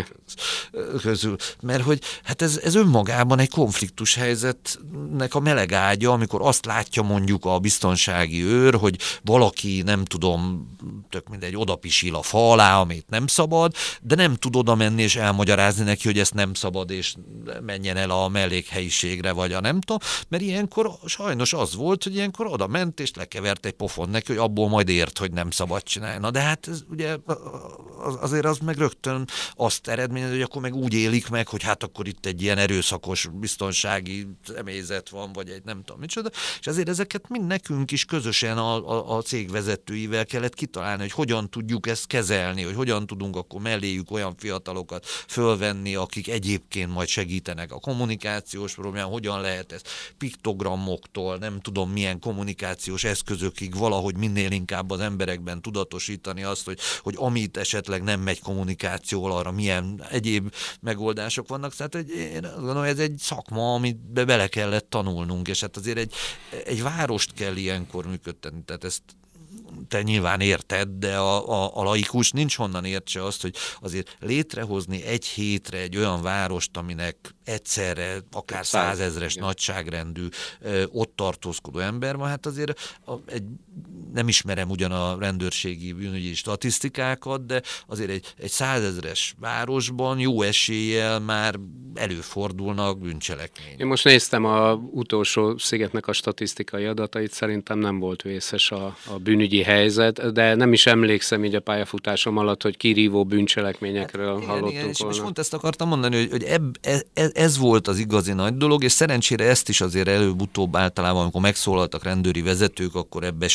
közül. Mert hogy hát ez, ez önmagában egy konfliktus helyzetnek a meleg ágya, amikor azt látja mondjuk a biztonsági őr, hogy valaki, nem tudom, tök mindegy, odapisil a fa alá, amit nem szabad, de nem tud oda menni és elmagyarázni neki, hogy ezt nem szabad, és menjen el a mellék helyiségre, vagy a nem tudom, mert ilyenkor sajnos az volt, hogy ilyenkor oda ment, és lekevert egy pofon neki, hogy abból majd ért, hogy nem szabad csinálni. Na de hát ez, ugye azért az meg rögtön azt eredményez, hogy akkor meg úgy élik meg, hogy hát akkor itt egy ilyen erőszakos biztonsági személyzet van, vagy egy nem tudom micsoda, és ezért ezeket mind nekünk is közösen a, a, a cég vezetőivel kellett kitalálni, hogy hogyan tudjuk ezt kezelni, hogy hogyan tudunk akkor melléjük olyan fiatalokat fölvenni, akik egyébként majd segítenek a kommunikáció problémán, hogyan lehet ezt piktogramoktól, nem tudom milyen kommunikációs eszközökig valahogy minél inkább az emberekben tudatosítani azt, hogy, hogy amit esetleg nem megy kommunikációval, arra milyen egyéb megoldások vannak. Tehát egy, én azt gondolom, ez egy szakma, amit be bele kellett tanulnunk, és hát azért egy, egy várost kell ilyenkor működtetni. Tehát ezt te nyilván érted, de a, a, a laikus nincs honnan értse azt, hogy azért létrehozni egy hétre egy olyan várost, aminek egyszerre akár százezres nagyságrendű ott tartózkodó ember van, hát azért a, egy, nem ismerem ugyan a rendőrségi bűnügyi statisztikákat, de azért egy, egy százezres városban jó eséllyel már előfordulnak bűncselekmények. Én most néztem a utolsó Szigetnek a statisztikai adatait, szerintem nem volt vészes a, a bűnügyi helyzet, de nem is emlékszem így a pályafutásom alatt, hogy kirívó bűncselekményekről hát, hallottunk igen, volna. És pont ezt akartam mondani, hogy, hogy ebb, ez, ez volt az igazi nagy dolog, és szerencsére ezt is azért előbb-utóbb általában, amikor megszólaltak rendőri vezetők, akkor ebbe segített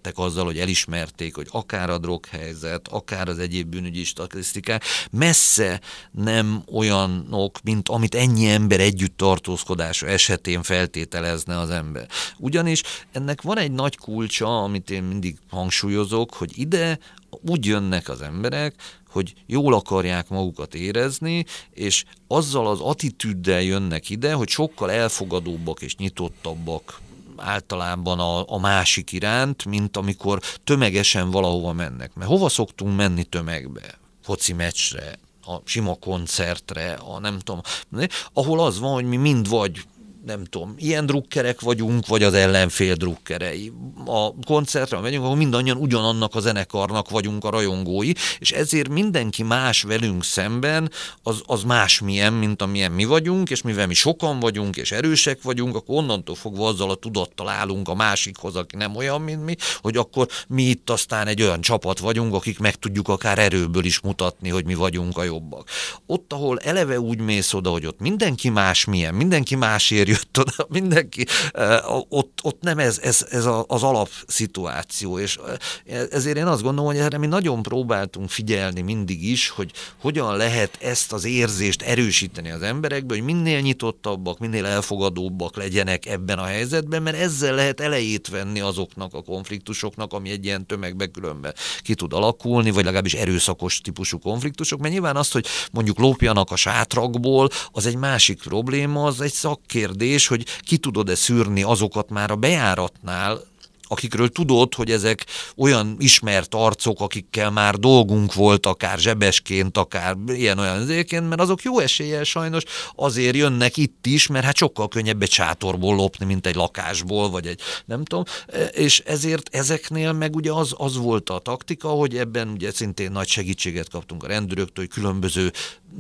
tettek azzal, hogy elismerték, hogy akár a droghelyzet, akár az egyéb bűnügyi statisztikák messze nem olyanok, mint amit ennyi ember együtt tartózkodása esetén feltételezne az ember. Ugyanis ennek van egy nagy kulcsa, amit én mindig hangsúlyozok, hogy ide úgy jönnek az emberek, hogy jól akarják magukat érezni, és azzal az attitűddel jönnek ide, hogy sokkal elfogadóbbak és nyitottabbak általában a, a másik iránt, mint amikor tömegesen valahova mennek. Mert hova szoktunk menni tömegbe? Foci meccsre, a sima koncertre, a nem tudom, ahol az van, hogy mi mind vagy nem tudom, ilyen drukkerek vagyunk, vagy az ellenfél drukkerei. A koncertre megyünk, ahol mindannyian ugyanannak a zenekarnak vagyunk a rajongói, és ezért mindenki más velünk szemben, az, az másmilyen, mint amilyen mi vagyunk, és mivel mi sokan vagyunk, és erősek vagyunk, akkor onnantól fogva azzal a tudattal állunk a másikhoz, aki nem olyan, mint mi, hogy akkor mi itt aztán egy olyan csapat vagyunk, akik meg tudjuk akár erőből is mutatni, hogy mi vagyunk a jobbak. Ott, ahol eleve úgy mész oda, hogy ott mindenki másmilyen, mindenki másért jött oda, mindenki, ott, ott nem ez, ez, ez az alapszituáció, és ezért én azt gondolom, hogy erre mi nagyon próbáltunk figyelni mindig is, hogy hogyan lehet ezt az érzést erősíteni az emberekben, hogy minél nyitottabbak, minél elfogadóbbak legyenek ebben a helyzetben, mert ezzel lehet elejét venni azoknak a konfliktusoknak, ami egy ilyen tömegbe különben ki tud alakulni, vagy legalábbis erőszakos típusú konfliktusok, mert nyilván azt, hogy mondjuk lópjanak a sátrakból, az egy másik probléma, az egy szakkérdés, hogy ki tudod-e szűrni azokat már a bejáratnál, akikről tudod, hogy ezek olyan ismert arcok, akikkel már dolgunk volt, akár zsebesként, akár ilyen-olyan zéként, mert azok jó eséllyel sajnos azért jönnek itt is, mert hát sokkal könnyebb egy sátorból lopni, mint egy lakásból, vagy egy nem tudom, és ezért ezeknél meg ugye az, az volt a taktika, hogy ebben ugye szintén nagy segítséget kaptunk a rendőröktől, hogy különböző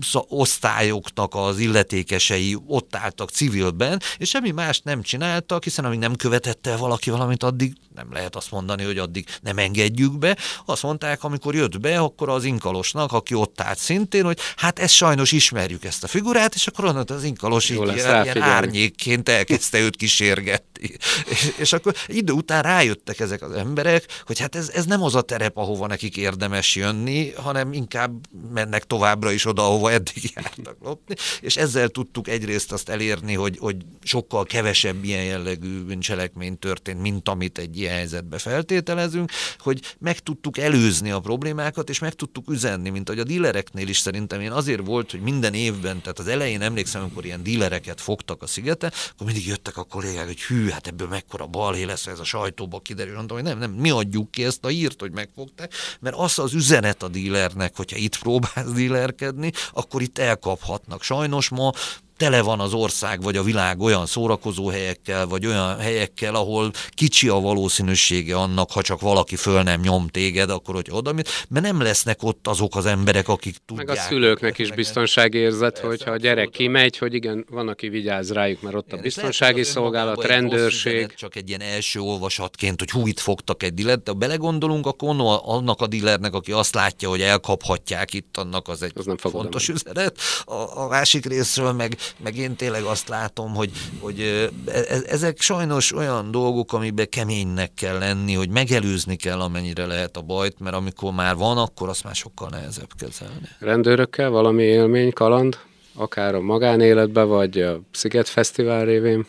osztályoknak az illetékesei ott álltak civilben, és semmi mást nem csináltak, hiszen amíg nem követette valaki valamit, addig nem lehet azt mondani, hogy addig nem engedjük be. Azt mondták, amikor jött be, akkor az inkalosnak, aki ott állt szintén, hogy hát ezt sajnos ismerjük ezt a figurát, és akkor onnan az inkalos így ilyen, ilyen árnyékként elkezdte őt kísérgetni. És, és akkor idő után rájöttek ezek az emberek, hogy hát ez, ez nem az a terep, ahova nekik érdemes jönni, hanem inkább mennek továbbra is oda, ahova eddig jártak lopni, és ezzel tudtuk egyrészt azt elérni, hogy, hogy sokkal kevesebb ilyen jellegű bűncselekmény történt, mint amit egy ilyen helyzetbe feltételezünk, hogy meg tudtuk előzni a problémákat, és meg tudtuk üzenni, mint ahogy a dílereknél is szerintem én azért volt, hogy minden évben, tehát az elején emlékszem, amikor ilyen dílereket fogtak a szigeten, akkor mindig jöttek a kollégák, hogy hű, hát ebből mekkora balhé lesz, ez a sajtóba kiderül, mondtam, hogy nem, nem, mi adjuk ki ezt a hírt, hogy megfogták, mert az az üzenet a dílernek, hogyha itt próbálsz dílerkedni, akkor itt elkaphatnak. Sajnos ma tele van az ország vagy a világ olyan szórakozó helyekkel, vagy olyan helyekkel, ahol kicsi a valószínűsége annak, ha csak valaki föl nem nyom téged, akkor hogy oda, mert nem lesznek ott azok az emberek, akik tudják. Meg a szülőknek is biztonságérzet, hogyha a gyerek kimegy, hogy igen, van, aki vigyáz rájuk, mert ott a biztonsági szolgálat, rendőrség. Csak egy ilyen első olvasatként, hogy hú, itt fogtak egy dillert, de ha belegondolunk, akkor annak a dillernek, aki azt látja, hogy elkaphatják itt, annak az egy az nem fontos üzenet. A, a másik részről meg meg én tényleg azt látom, hogy, hogy ezek sajnos olyan dolgok, amiben keménynek kell lenni, hogy megelőzni kell, amennyire lehet a bajt, mert amikor már van, akkor azt már sokkal nehezebb kezelni. Rendőrökkel valami élmény, kaland, akár a magánéletben, vagy a Sziget Fesztivál révén?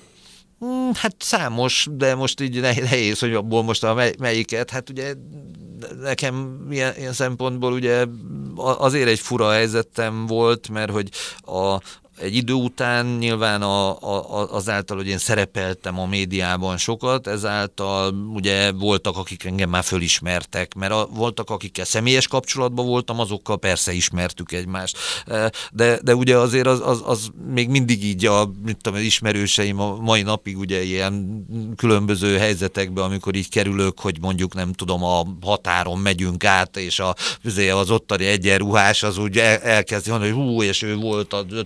Hát számos, de most így nehéz, hogy abból most a melyiket. Hát ugye nekem ilyen, ilyen szempontból ugye azért egy fura helyzetem volt, mert hogy a egy idő után nyilván a, a, azáltal, hogy én szerepeltem a médiában sokat, ezáltal ugye voltak, akik engem már fölismertek, mert a, voltak, akikkel személyes kapcsolatban voltam, azokkal persze ismertük egymást. De, de ugye azért az, az, az még mindig így a, mit tudom, az ismerőseim a mai napig ugye ilyen különböző helyzetekben, amikor így kerülök, hogy mondjuk nem tudom, a határon megyünk át, és a, az ottani egyenruhás az úgy el, elkezdi mondani, hogy hú, és ő volt az ötödik meg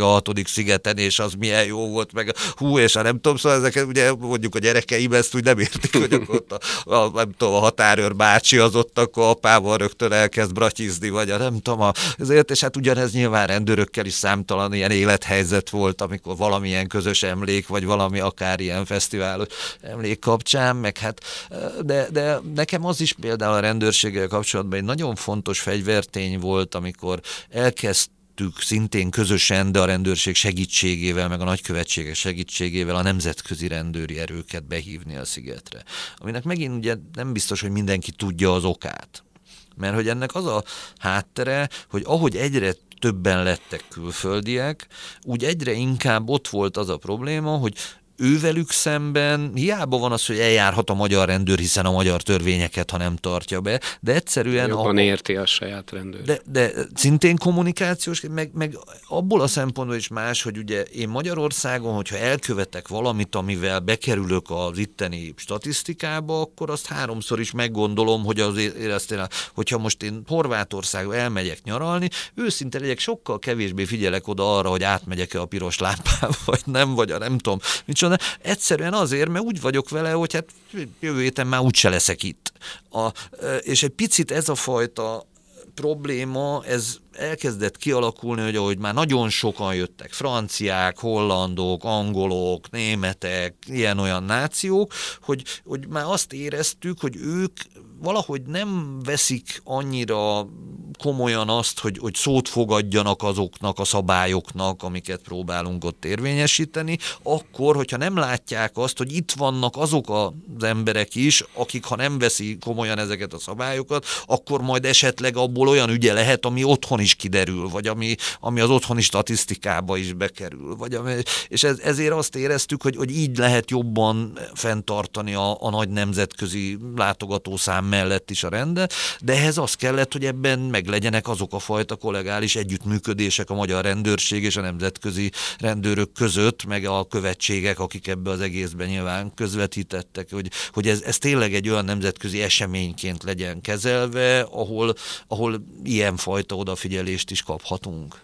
a hatodik szigeten, és az milyen jó volt, meg hú, és a nem tudom, szóval ezeket ugye mondjuk a gyerekeim ezt úgy nem értik, hogy akkor ott a, a, nem tudom, a határőr bácsi az ott akkor apával rögtön elkezd bratyizni, vagy a nem tudom, azért, és hát ugyanez nyilván rendőrökkel is számtalan ilyen élethelyzet volt, amikor valamilyen közös emlék, vagy valami akár ilyen fesztiválos emlék kapcsán, meg hát, de, de nekem az is például a rendőrséggel kapcsolatban egy nagyon fontos fegyvertény volt, amikor elkezd szintén közösen, de a rendőrség segítségével, meg a nagykövetségek segítségével a nemzetközi rendőri erőket behívni a szigetre. Aminek megint ugye nem biztos, hogy mindenki tudja az okát. Mert hogy ennek az a háttere, hogy ahogy egyre többen lettek külföldiek, úgy egyre inkább ott volt az a probléma, hogy ővelük szemben hiába van az, hogy eljárhat a magyar rendőr, hiszen a magyar törvényeket, ha nem tartja be, de egyszerűen... Jobban a, érti a saját rendőr. De, de szintén kommunikációs, meg, meg abból a szempontból is más, hogy ugye én Magyarországon, hogyha elkövetek valamit, amivel bekerülök az itteni statisztikába, akkor azt háromszor is meggondolom, hogy azért éreztél, hogyha most én Horvátországba elmegyek nyaralni, őszinte legyek, sokkal kevésbé figyelek oda arra, hogy átmegyek-e a piros lámpával, vagy nem, vagy a nem tudom, micsoda. Egyszerűen azért, mert úgy vagyok vele, hogy hát jövő héten már úgyse leszek itt. A, és egy picit ez a fajta probléma, ez elkezdett kialakulni, hogy ahogy már nagyon sokan jöttek, franciák, hollandok, angolok, németek, ilyen-olyan nációk, hogy, hogy már azt éreztük, hogy ők valahogy nem veszik annyira komolyan azt, hogy, hogy szót fogadjanak azoknak a szabályoknak, amiket próbálunk ott érvényesíteni, akkor, hogyha nem látják azt, hogy itt vannak azok az emberek is, akik ha nem veszi komolyan ezeket a szabályokat, akkor majd esetleg abból olyan ügye lehet, ami otthon is kiderül, vagy ami, ami az otthoni statisztikába is bekerül. Vagy ami, és ez, ezért azt éreztük, hogy, hogy így lehet jobban fenntartani a, a nagy nemzetközi látogatószám mellett is a rendet, de ehhez az kellett, hogy ebben meglegyenek azok a fajta kollegális együttműködések a magyar rendőrség és a nemzetközi rendőrök között, meg a követségek, akik ebbe az egészben nyilván közvetítettek, hogy, hogy ez, ez tényleg egy olyan nemzetközi eseményként legyen kezelve, ahol, ahol ilyenfajta odafigyelést is kaphatunk.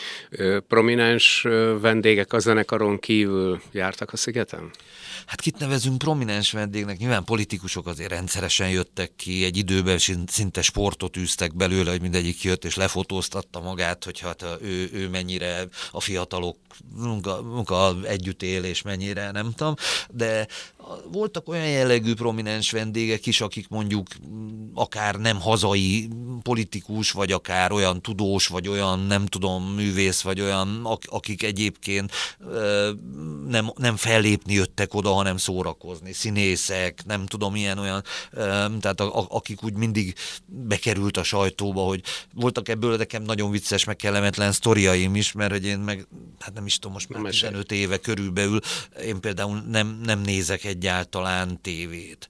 Prominens vendégek a zenekaron kívül jártak a szigeten? Hát kit nevezünk prominens vendégnek? Nyilván politikusok azért rendszeresen jöttek ki, egy időben szinte sportot űztek belőle, hogy mindegyik jött és lefotóztatta magát, hogy hát ő, ő mennyire a fiatalok munka, munka együtt él, és mennyire, nem tudom, de voltak olyan jellegű prominens vendégek is, akik mondjuk akár nem hazai politikus, vagy akár olyan tudós, vagy olyan nem tudom, művész, vagy olyan, akik egyébként nem, nem fellépni jöttek oda, hanem szórakozni, színészek, nem tudom, ilyen olyan, tehát a, a, akik úgy mindig bekerült a sajtóba, hogy voltak ebből nekem nagyon vicces, meg kellemetlen sztoriaim is, mert hogy én meg, hát nem is tudom, most már tizenöt éve körülbelül, én például nem, nem nézek egyáltalán tévét.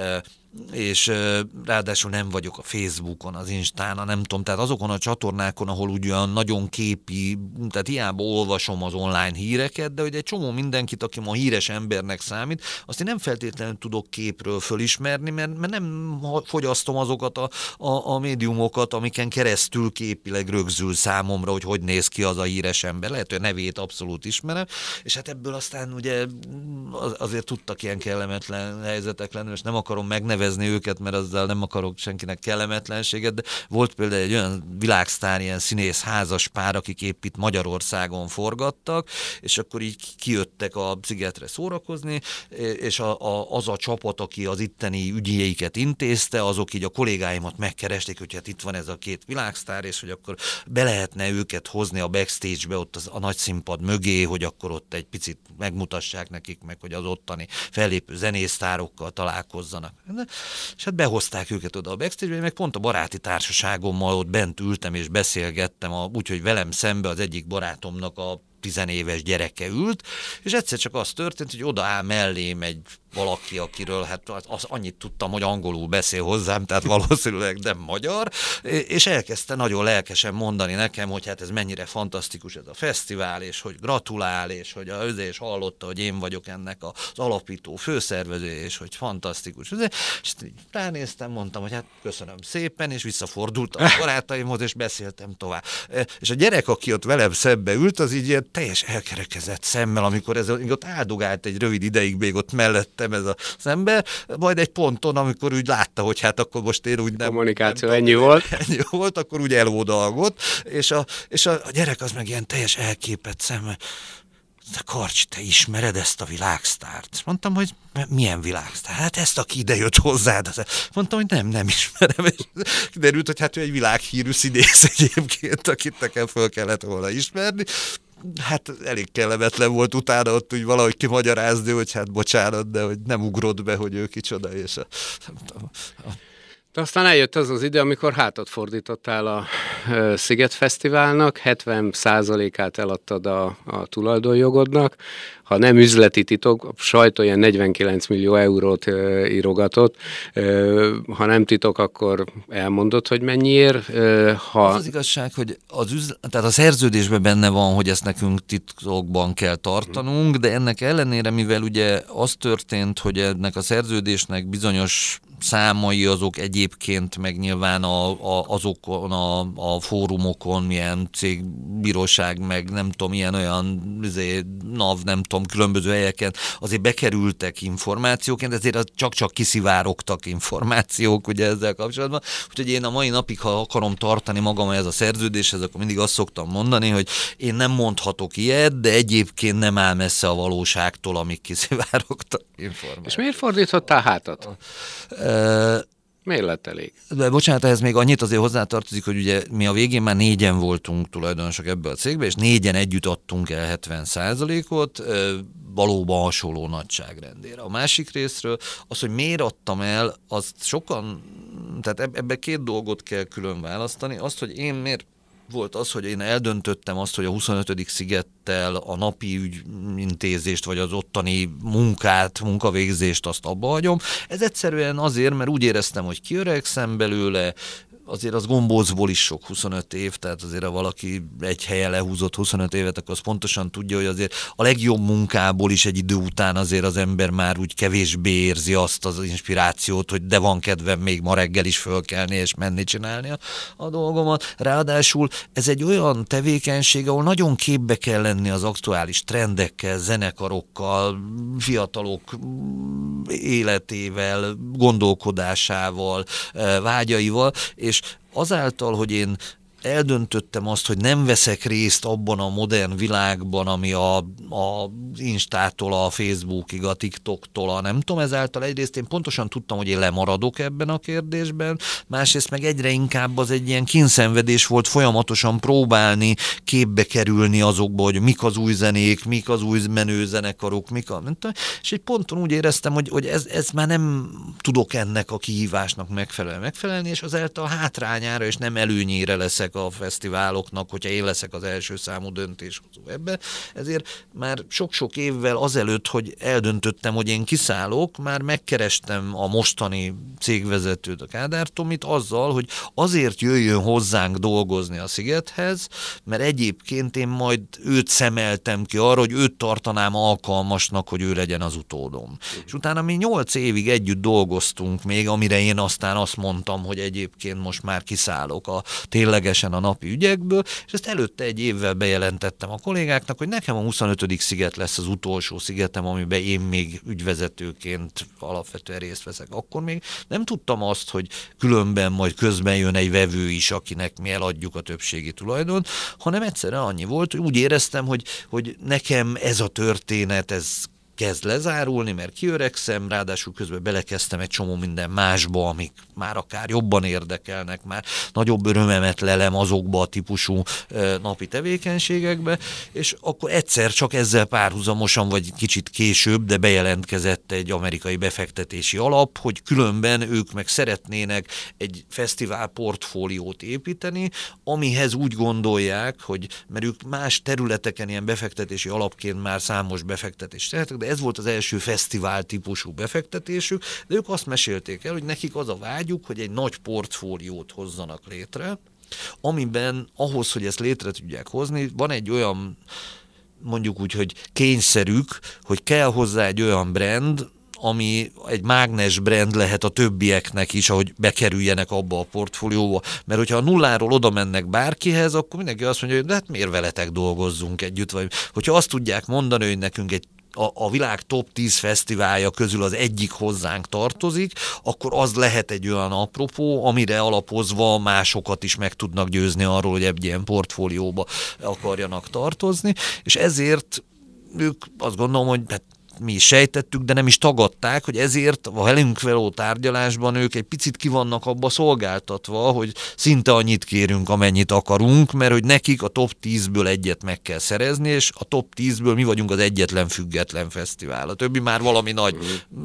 És ráadásul nem vagyok a Facebookon, az Instán, nem tudom, tehát azokon a csatornákon, ahol ugyan nagyon képi, tehát hiába olvasom az online híreket, de hogy egy csomó mindenkit, aki ma híres embernek számít, azt én nem feltétlenül tudok képről fölismerni, mert, mert nem fogyasztom azokat a, a, a médiumokat, amiken keresztül képileg rögzül számomra, hogy hogy néz ki az a híres ember. Lehet, hogy a nevét abszolút ismerem, és hát ebből aztán ugye azért tudtak ilyen kellemetlen helyzetek lenni, és nem akarom megnevezni őket, mert azzal nem akarok senkinek kellemetlenséget, de volt például egy olyan világsztár, ilyen színész házas pár, akik épp itt Magyarországon forgattak, és akkor így kijöttek a szigetre szórakozni, és a, a, az a csapat, aki az itteni ügyeiket intézte, azok így a kollégáimat megkeresték, hogy hát itt van ez a két világsztár, és hogy akkor be lehetne őket hozni a backstage-be, ott az, a nagy színpad mögé, hogy akkor ott egy picit megmutassák nekik meg, hogy az ottani fellépő zenésztárokkal találkozzanak. De, és hát behozták őket oda a backstage-be, meg pont a baráti társaságommal ott bent ültem és beszélgettem, úgyhogy velem szembe az egyik barátomnak a tizenéves gyereke ült, és egyszer csak az történt, hogy odaáll mellém egy valaki, akiről hát az annyit tudtam, hogy angolul beszél hozzám, tehát valószínűleg nem magyar, és elkezdte nagyon lelkesen mondani nekem, hogy hát ez mennyire fantasztikus ez a fesztivál, és hogy gratulál, és hogy a és hallotta, hogy én vagyok ennek az alapító főszervezője, és hogy fantasztikus. És ránéztem, mondtam, hogy hát köszönöm szépen, és visszafordultam a barátaimhoz, és beszéltem tovább. És a gyerek, aki ott velem szembe ült, az így ilyen teljes elkerekezett szemmel, amikor ez ott áldogált egy rövid ideig még ott mellettem ez az ember, majd egy ponton, amikor úgy látta, hogy hát akkor most én úgy nem... Kommunikáció nem, ennyi volt. Ennyi volt, akkor úgy elódalgott, és a, és a, a gyerek az meg ilyen teljes elképett szemmel. De Karcs, te ismered ezt a világsztárt? Mondtam, hogy milyen világsztár? Hát ezt, aki ide jött hozzád. Mondtam, hogy nem, nem ismerem. És kiderült, hogy hát ő egy világhírű színész egyébként, akit nekem föl kellett volna ismerni. Hát elég kellemetlen volt utána ott úgy valahogy kimagyarázni, hogy hát bocsánat, de hogy nem ugrott be, hogy ő kicsoda, és a, nem tudom, a de aztán eljött az az idő, amikor hátat fordítottál a Sziget Fesztiválnak, hetven százalékát eladtad a, a tulajdonjogodnak, ha nem üzleti titok, a sajtó ilyen negyvenkilenc millió eurót e, írogatott, e, ha nem titok, akkor elmondod, hogy mennyiért. E, ha... Az, az igazság, hogy az üzlet, tehát a szerződésben benne van, hogy ezt nekünk titokban kell tartanunk, de ennek ellenére, mivel ugye az történt, hogy ennek a szerződésnek bizonyos számai azok egyébként meg nyilván a, a, azokon a, a fórumokon, milyen cégbíróság, meg nem tudom, ilyen olyan azért, NAV, nem tudom, különböző helyeken azért bekerültek információként, ezért csak-csak kiszivárogtak információk ugye ezzel kapcsolatban. Úgyhogy én a mai napig, ha akarom tartani magam ez a szerződéshez, akkor mindig azt szoktam mondani, hogy én nem mondhatok ilyet, de egyébként nem áll messze a valóságtól, amik kiszivárogtak információk. És miért fordítottál hátat? Uh, Miért lett elég? De bocsánat, ehhez még annyit azért hozzátartozik, hogy ugye mi a végén már négyen voltunk tulajdonosok ebbe a cégbe, és négyen együtt adtunk el hetven százalékot, valóban hasonló nagyságrendére. A másik részről az, hogy miért adtam el, azt sokan, tehát ebbe két dolgot kell külön választani. Azt, hogy én miért volt az, hogy én eldöntöttem azt, hogy a huszonötödik szigettel a napi ügyintézést, vagy az ottani munkát, munkavégzést azt abba hagyom. Ez egyszerűen azért, mert úgy éreztem, hogy kiöregszem belőle, azért az gombócból is sok huszonöt év, tehát azért ha valaki egy helyen lehúzott huszonöt évet, akkor az pontosan tudja, hogy azért a legjobb munkából is egy idő után azért az ember már úgy kevésbé érzi azt az inspirációt, hogy de van kedvem még ma reggel is fölkelni és menni csinálni a, a dolgomat. Ráadásul ez egy olyan tevékenység, ahol nagyon képbe kell lenni az aktuális trendekkel, zenekarokkal, fiatalok életével, gondolkodásával, vágyaival, és és azáltal, hogy én eldöntöttem azt, hogy nem veszek részt abban a modern világban, ami a, a Instától, a Facebookig, a TikToktól, a nem tudom, ezáltal egyrészt én pontosan tudtam, hogy én lemaradok ebben a kérdésben, másrészt meg egyre inkább az egy ilyen kínszenvedés volt folyamatosan próbálni képbe kerülni azokba, hogy mik az új zenék, mik az új menő zenekarok, mik a... Nem tudom, és egy ponton úgy éreztem, hogy, hogy ez, ez már nem tudok ennek a kihívásnak megfelelően megfelelni, és azáltal hátrányára és nem előnyére leszek a fesztiváloknak, hogyha én leszek az első számú döntéshozó ebbe. Ezért már sok-sok évvel azelőtt, hogy eldöntöttem, hogy én kiszállok, már megkerestem a mostani cégvezetőt, a Kádár Tomit azzal, hogy azért jöjjön hozzánk dolgozni a Szigethez, mert egyébként én majd őt szemeltem ki arra, hogy őt tartanám alkalmasnak, hogy ő legyen az utódom. Uh-huh. És utána mi nyolc évig együtt dolgoztunk még, amire én aztán azt mondtam, hogy egyébként most már kiszállok a ténylegesen a napi ügyekből, és ezt előtte egy évvel bejelentettem a kollégáknak, hogy nekem a huszonötödik sziget lesz az utolsó szigetem, amiben én még ügyvezetőként alapvetően részt veszek. Akkor még nem tudtam azt, hogy különben majd közben jön egy vevő is, akinek mi eladjuk a többségi tulajdon, hanem egyszerűen annyi volt, hogy úgy éreztem, hogy, hogy nekem ez a történet, ez kezd lezárulni, mert kiöregszem, ráadásul közben belekezdtem egy csomó minden másba, amik már akár jobban érdekelnek, már nagyobb örömemet lelem azokba a típusú e, napi tevékenységekbe, és akkor egyszer csak ezzel párhuzamosan, vagy kicsit később, de bejelentkezett egy amerikai befektetési alap, hogy különben ők meg szeretnének egy fesztivál portfóliót építeni, amihez úgy gondolják, hogy mert ők más területeken ilyen befektetési alapként már számos befektetést tehetek, de de ez volt az első fesztivál típusú befektetésük, de ők azt mesélték el, hogy nekik az a vágyuk, hogy egy nagy portfóliót hozzanak létre, amiben ahhoz, hogy ezt létre tudják hozni, van egy olyan, mondjuk úgy, hogy kényszerük, hogy kell hozzá egy olyan brand, ami egy mágnes brand lehet a többieknek is, ahogy bekerüljenek abba a portfólióba. Mert hogyha a nulláról oda mennek bárkihez, akkor mindenki azt mondja, hogy de hát miért veletek dolgozzunk együtt, vagy hogyha azt tudják mondani, hogy nekünk egy A, a világ top tíz fesztiválja közül az egyik hozzánk tartozik, akkor az lehet egy olyan apropó, amire alapozva másokat is meg tudnak győzni arról, hogy egy ilyen portfólióba akarjanak tartozni, és ezért ők azt gondolom, hogy hát mi is sejtettük, de nem is tagadták, hogy ezért a velünk való tárgyalásban ők egy picit ki vannak abba szolgáltatva, hogy szinte annyit kérünk, amennyit akarunk, mert hogy nekik a top tízből egyet meg kell szerezni, és a top tízből mi vagyunk az egyetlen független fesztivál. A többi már valami nagy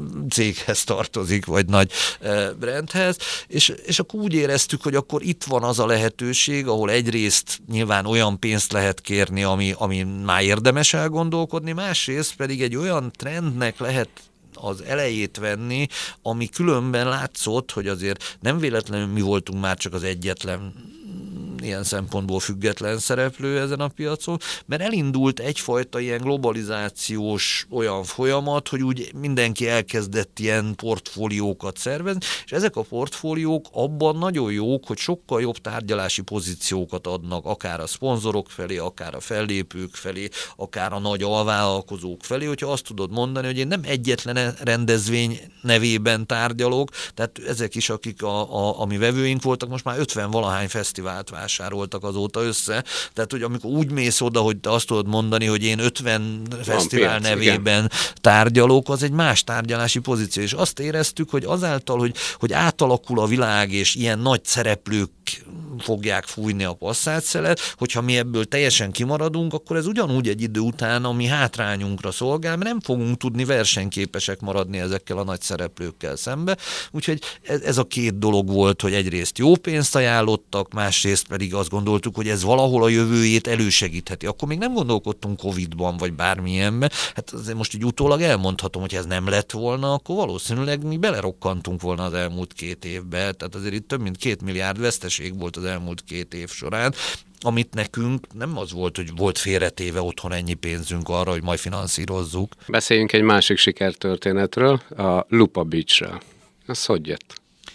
céghez tartozik, vagy nagy brandhez, és, és akkor úgy éreztük, hogy akkor itt van az a lehetőség, ahol egyrészt nyilván olyan pénzt lehet kérni, ami, ami már érdemes elgondolkodni, másrészt pedig egy olyan trendnek lehet az elejét venni, ami különben látszott, hogy azért nem véletlenül mi voltunk már csak az egyetlen ilyen szempontból független szereplő ezen a piacon, mert elindult egyfajta ilyen globalizációs olyan folyamat, hogy úgy mindenki elkezdett ilyen portfóliókat szervezni, és ezek a portfóliók abban nagyon jók, hogy sokkal jobb tárgyalási pozíciókat adnak, akár a szponzorok felé, akár a fellépők felé, akár a nagy alvállalkozók felé, hogyha azt tudod mondani, hogy én nem egyetlen rendezvény nevében tárgyalok, tehát ezek is, akik a, a, a mi vevőink voltak, most már ötven valahány fesztivált vásároltak azóta össze, tehát hogy amikor úgy mész oda, hogy te azt tudod mondani, hogy én ötven fesztivál piac, nevében igen. tárgyalok, az egy más tárgyalási pozíció, és azt éreztük, hogy azáltal, hogy, hogy átalakul a világ, és ilyen nagy szereplők fogják fújni a passzátsszelet, hogyha mi ebből teljesen kimaradunk, akkor ez ugyanúgy egy idő után a mi hátrányunkra szolgál, mert nem fogunk tudni versenyképesek maradni ezekkel a nagy szereplőkkel szembe. Úgyhogy ez, ez a két dolog volt, hogy egyrészt jó pénzt ajánlottak, másrészt pedig azt gondoltuk, hogy ez valahol a jövőjét elősegítheti. Akkor még nem gondolkodtunk Covidban, vagy bármilyenben. Hát azért most így utólag elmondhatom, hogy ez nem lett volna, akkor valószínűleg mi belerokkantunk volna az elmúlt két évbe. Tehát azért itt több mint két milliárd veszteség volt az elmúlt két év során, amit nekünk nem az volt, hogy volt félretéve otthon ennyi pénzünk arra, hogy majd finanszírozzuk. Beszéljünk egy másik sikertörténetről, a Lupa Beach-ről. Ez hogy jött?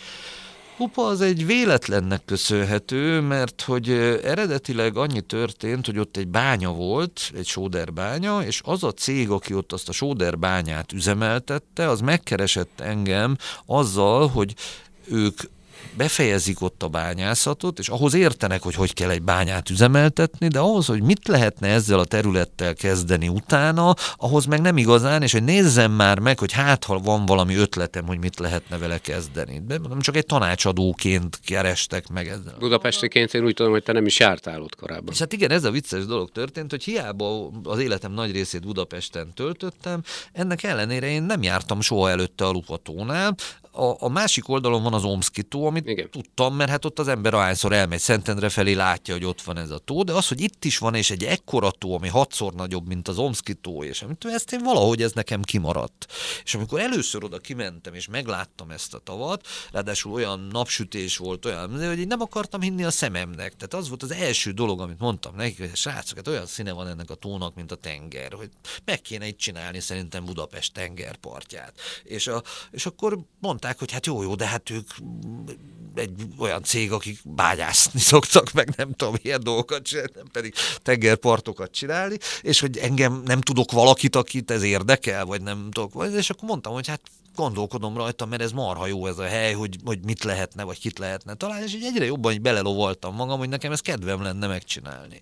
Lupa az egy véletlennek köszönhető, mert hogy eredetileg annyi történt, hogy ott egy bánya volt, egy sóderbánya, és az a cég, aki ott azt a sóderbányát üzemeltette, az megkeresett engem azzal, hogy ők befejezik ott a bányászatot, és ahhoz értenek, hogy hogy kell egy bányát üzemeltetni, de ahhoz, hogy mit lehetne ezzel a területtel kezdeni utána, ahhoz meg nem igazán, és hogy nézzem már meg, hogy hát, ha van valami ötletem, hogy mit lehetne vele kezdeni. De nem csak egy tanácsadóként kerestek meg ezzel. Budapestiként én úgy tudom, hogy te nem is jártál ott korábban. És hát igen, ez a vicces dolog történt, hogy hiába az életem nagy részét Budapesten töltöttem, ennek ellenére én nem jártam soha előtte a Lupatónál. A, a másik oldalon van az Omszki tó, amit igen. tudtam, mert hát ott az ember ahányszor elmegy Szentendre felé, látja, hogy ott van ez a tó, de az, hogy itt is van, és egy ekkora tó, ami hatszor nagyobb, mint az Omszki tó, és amit ezt én valahogy ez nekem kimaradt. És amikor először oda kimentem, és megláttam ezt a tavat, ráadásul olyan napsütés volt, olyan, hogy én nem akartam hinni a szememnek. Tehát az volt az első dolog, amit mondtam nekik, hogy srácok, hát olyan színe van ennek a tónak, mint a tenger, hogy meg kéne itt csinálni szerintem Budapest tengerpartját. És, a, és akkor mondták, hogy hát jó, jó, de hát ők egy olyan cég, akik bányászni szoktak, meg nem tudom, ilyen dolgokat csinálni, nem pedig tengerpartokat csinálni, és hogy engem nem tudok valakit, akit ez érdekel, vagy nem tudok, és akkor mondtam, hogy hát gondolkodom rajta, mert ez marha jó ez a hely, hogy, hogy mit lehetne, vagy kit lehetne találni, és így egyre jobban így belelovaltam magam, hogy nekem ez kedvem lenne megcsinálni.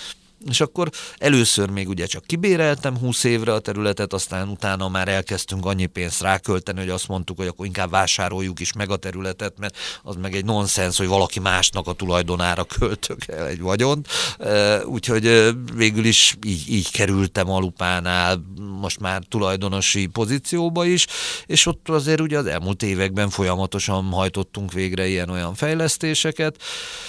És akkor először még ugye csak kibéreltem húsz évre a területet, aztán utána már elkezdtünk annyi pénzt rákölteni, hogy azt mondtuk, hogy akkor inkább vásároljuk is meg a területet, mert az meg egy nonsens, hogy valaki másnak a tulajdonára költök el egy vagyont. Úgyhogy végül is így, így kerültem a Lupánál, most már tulajdonosi pozícióba is, és ott azért ugye az elmúlt években folyamatosan hajtottunk végre ilyen-olyan fejlesztéseket.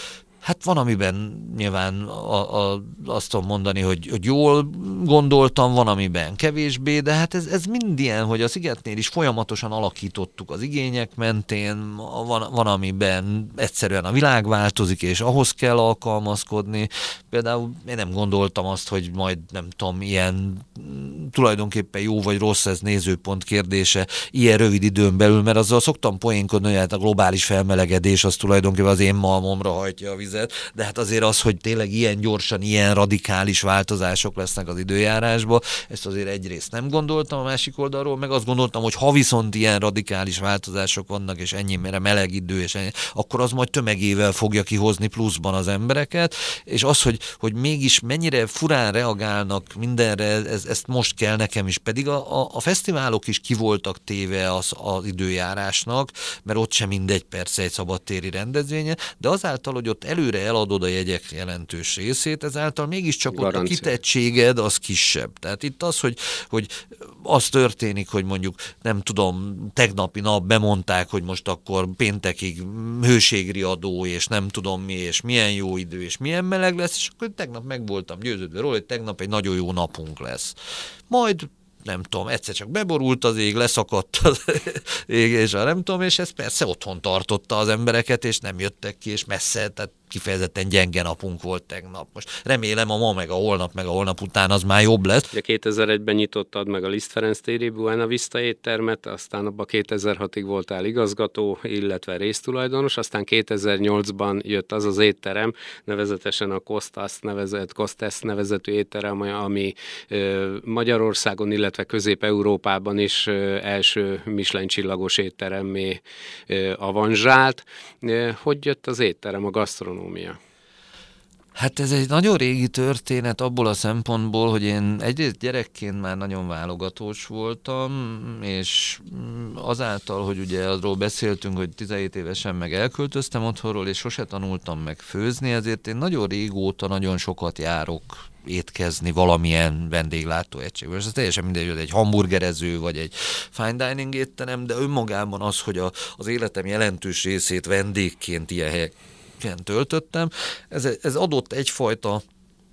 Hát van, amiben nyilván a, a, azt tudom mondani, hogy, hogy jól gondoltam, van, amiben kevésbé, de hát ez, ez mind ilyen, hogy a Szigetnél is folyamatosan alakítottuk az igények mentén, van, van, amiben egyszerűen a világ változik, és ahhoz kell alkalmazkodni. Például én nem gondoltam azt, hogy majd nem tudom, ilyen tulajdonképpen jó vagy rossz ez nézőpont kérdése ilyen rövid időn belül, mert azzal szoktam poénkodni, hogy hát a globális felmelegedés az tulajdonképpen az én malmomra hajtja a vizet, de hát azért az, hogy tényleg ilyen gyorsan, ilyen radikális változások lesznek az időjárásban, ezt azért egyrészt nem gondoltam, a másik oldalról meg azt gondoltam, hogy ha viszont ilyen radikális változások vannak, és ennyi meleg idő, és ennyi, akkor az majd tömegével fogja kihozni pluszban az embereket, és az, hogy, hogy mégis mennyire furán reagálnak mindenre, ez, ezt most kell nekem is, pedig a, a, a fesztiválok is ki voltak téve az, az időjárásnak, mert ott sem mindegy persze egy szabadtéri rendezvénye, de azáltal, hogy ott előre eladod a jegyek jelentős részét, ezáltal mégiscsak ott a kitettséged az kisebb. Tehát itt az, hogy, hogy az történik, hogy mondjuk nem tudom, tegnapi nap bemondták, hogy most akkor péntekig hőségriadó, és nem tudom mi, és milyen jó idő, és milyen meleg lesz, és akkor tegnap meg voltam győződve róla, hogy tegnap egy nagyon jó napunk lesz. Majd nem tudom, egyszer csak beborult az ég, leszakadt az ég, és a nem tudom, és ez persze otthon tartotta az embereket, és nem jöttek ki, és messze, tehát kifejezetten gyenge napunk volt tegnap. Most remélem a ma, meg a holnap, meg a holnap után az már jobb lesz. Ugye kétezer-egyben nyitottad meg a Liszt Ferenc téri Buena Vista éttermet, aztán abban kétezer-hatig voltál igazgató, illetve résztulajdonos, aztán kétezer-nyolcban jött az az étterem, nevezetesen a Kostas nevezett, Kostas nevezetű étterem, ami ö, Magyarországon, illetve Közép-Európában is ö, első Michelin csillagos étteremmé ö, avanzsált. Ö, hogy jött az étterem, a gasztronómia? Hát ez egy nagyon régi történet abból a szempontból, hogy én egyrészt gyerekként már nagyon válogatós voltam, és azáltal, hogy ugye arról beszéltünk, hogy tizenhét évesen meg elköltöztem otthonról, és sose tanultam meg főzni, ezért én nagyon régóta nagyon sokat járok étkezni valamilyen vendéglátóegységben. Ez teljesen mindegy, hogy egy hamburgerező, vagy egy fine dining étterem, de önmagában az, hogy a, az életem jelentős részét vendégként ilyen helyek töltöttem, ez, ez adott egyfajta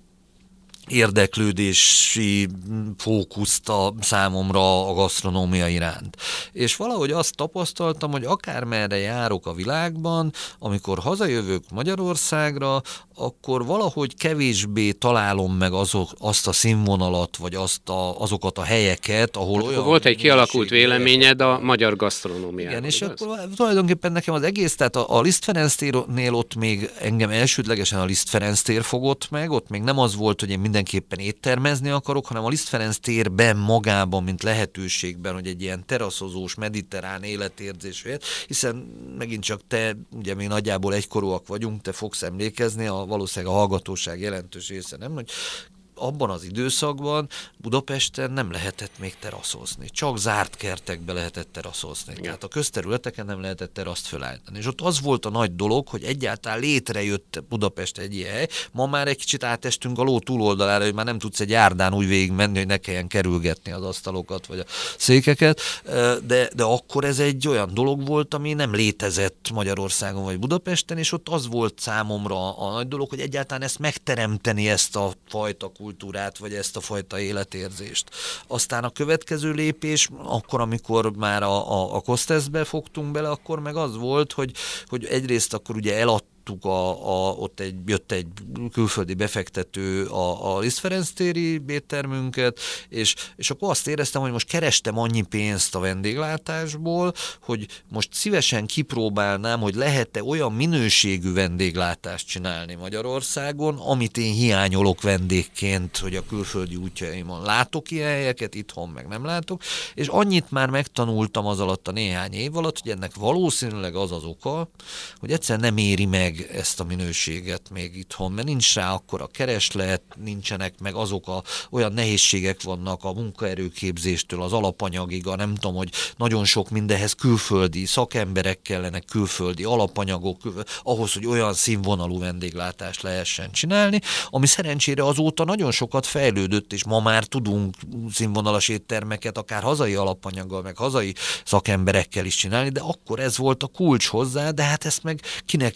érdeklődési fókuszt a számomra a gasztronómia iránt. És valahogy azt tapasztaltam, hogy akármerre járok a világban, amikor hazajövök Magyarországra, akkor valahogy kevésbé találom meg azok, azt a színvonalat, vagy azt a, azokat a helyeket, ahol olyan... Volt egy kialakult véleményed a magyar gasztronómiáról. Igen, és akkor tulajdonképpen nekem az egész, tehát a, a Liszt Ferenc térnél ott még engem elsődlegesen a Liszt Ferenc tér fogott meg, ott még nem az volt, hogy én mindenképpen éttermezni akarok, hanem a Liszt Ferenc térben magában, mint lehetőségben, hogy egy ilyen teraszozós, mediterrán életérzés, hiszen megint csak te, ugye még nagyjából egykorúak vagyunk, te fogsz emlékezni, a, valószínűleg a hallgatóság jelentős része nem, hogy abban az időszakban Budapesten nem lehetett még teraszozni. Csak zárt kertekbe lehetett teraszozni. Ja. Tehát a közterületeken nem lehetett teraszt fölállítani. És ott az volt a nagy dolog, hogy egyáltalán létrejött Budapest egy ilyen hely. Ma már egy kicsit átestünk a ló túloldalára, hogy már nem tudsz egy járdán úgy végig menni, hogy ne kelljen kerülgetni az asztalokat vagy a székeket. De, de akkor ez egy olyan dolog volt, ami nem létezett Magyarországon vagy Budapesten, és ott az volt számomra a nagy dolog, hogy egyáltalán ezt megteremteni, ezt a fajta kultúrát, vagy ezt a fajta életérzést. Aztán a következő lépés, akkor, amikor már a, a, a Kostasbe fogtunk bele, akkor meg az volt, hogy, hogy egyrészt akkor ugye eladt A, a, ott egy, jött egy külföldi befektető a, a Liszt Ferenc téri éttermünket, és, és akkor azt éreztem, hogy most kerestem annyi pénzt a vendéglátásból, hogy most szívesen kipróbálnám, hogy lehet-e olyan minőségű vendéglátást csinálni Magyarországon, amit én hiányolok vendégként, hogy a külföldi útjaimon látok ilyen helyeket, itthon meg nem látok, és annyit már megtanultam az alatt a néhány év alatt, hogy ennek valószínűleg az az oka, hogy egyszerűen nem éri meg ezt a minőséget még itthon, mert nincs rá akkora kereslet, nincsenek meg azok a, olyan nehézségek vannak a munkaerőképzéstől, az alapanyagig, a nem tudom, hogy nagyon sok mindenhez külföldi szakemberek kellenek, külföldi alapanyagok, ahhoz, hogy olyan színvonalú vendéglátást lehessen csinálni, ami szerencsére azóta nagyon sokat fejlődött, és ma már tudunk színvonalas éttermeket akár hazai alapanyaggal, meg hazai szakemberekkel is csinálni, de akkor ez volt a kulcs hozzá, de hát ezt meg kinek értem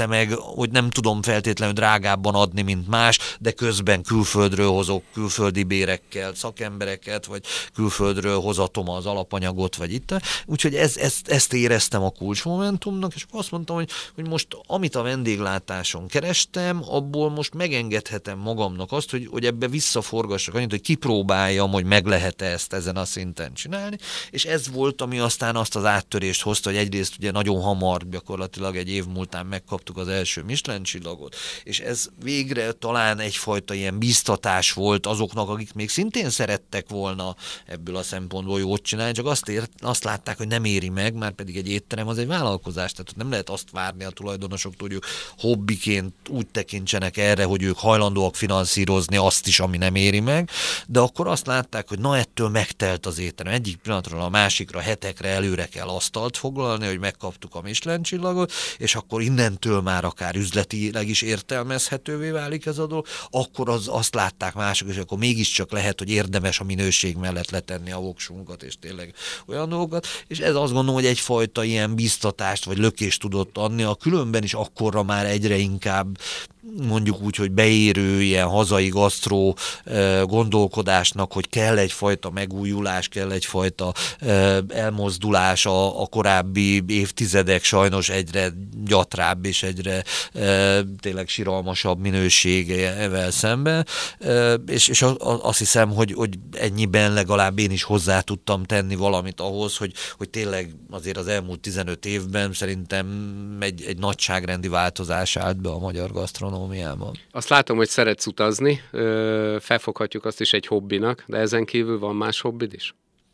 meg, hogy nem tudom feltétlenül drágábban adni, mint más, de közben külföldről hozok külföldi bérekkel szakembereket, vagy külföldről hozatom az alapanyagot, vagy itt. Úgyhogy ez, ezt, ezt éreztem a kulcsmomentumnak, és azt mondtam, hogy, hogy most amit a vendéglátáson kerestem, abból most megengedhetem magamnak azt, hogy, hogy ebbe visszaforgassak annyit, hogy kipróbáljam, hogy meg lehet ezt ezen a szinten csinálni, és ez volt, ami aztán azt az áttörést hozta, hogy egyrészt ugye nagyon hamar, gyakorlatilag egy év múltán megkaptuk az első Michelin csillagot, és ez végre talán egyfajta ilyen bíztatás volt azoknak, akik még szintén szerettek volna ebből a szempontból jót csinálni, csak azt, ért, azt látták, hogy nem éri meg, már pedig egy étterem az egy vállalkozás, tehát nem lehet azt várni a tulajdonosoktól, hogy ők hobbiként úgy tekintsenek erre, hogy ők hajlandóak finanszírozni azt is, ami nem éri meg, de akkor azt látták, hogy na ettől megtelt az étterem. Egyik pillanatról a másikra, hetekre előre kell asztalt foglalni, hogy megkaptuk a Michelin csillagot, és akkor innentől már akár üzletileg is értelmezhetővé válik ez a dolog, akkor az, azt látták mások, és akkor mégiscsak lehet, hogy érdemes a minőség mellett letenni a voksunkat, és tényleg olyan dolgokat, és ez azt gondolom, hogy egyfajta ilyen bíztatást, vagy lökést tudott adni, a különben is akkorra már egyre inkább mondjuk úgy, hogy beérő ilyen hazai gasztró gondolkodásnak, hogy kell egyfajta megújulás, kell egyfajta elmozdulás a, a korábbi évtizedek sajnos egyre gyatrább és egyre tényleg siralmasabb minőségevel szemben, és, és azt hiszem, hogy, hogy ennyiben legalább én is hozzá tudtam tenni valamit ahhoz, hogy, hogy tényleg azért az elmúlt tizenöt évben szerintem egy, egy nagyságrendi változás állt be a magyar gasztronómiában. Azt látom, hogy szeretsz utazni, felfoghatjuk azt is egy hobbinak, de ezen kívül van más hobbid is?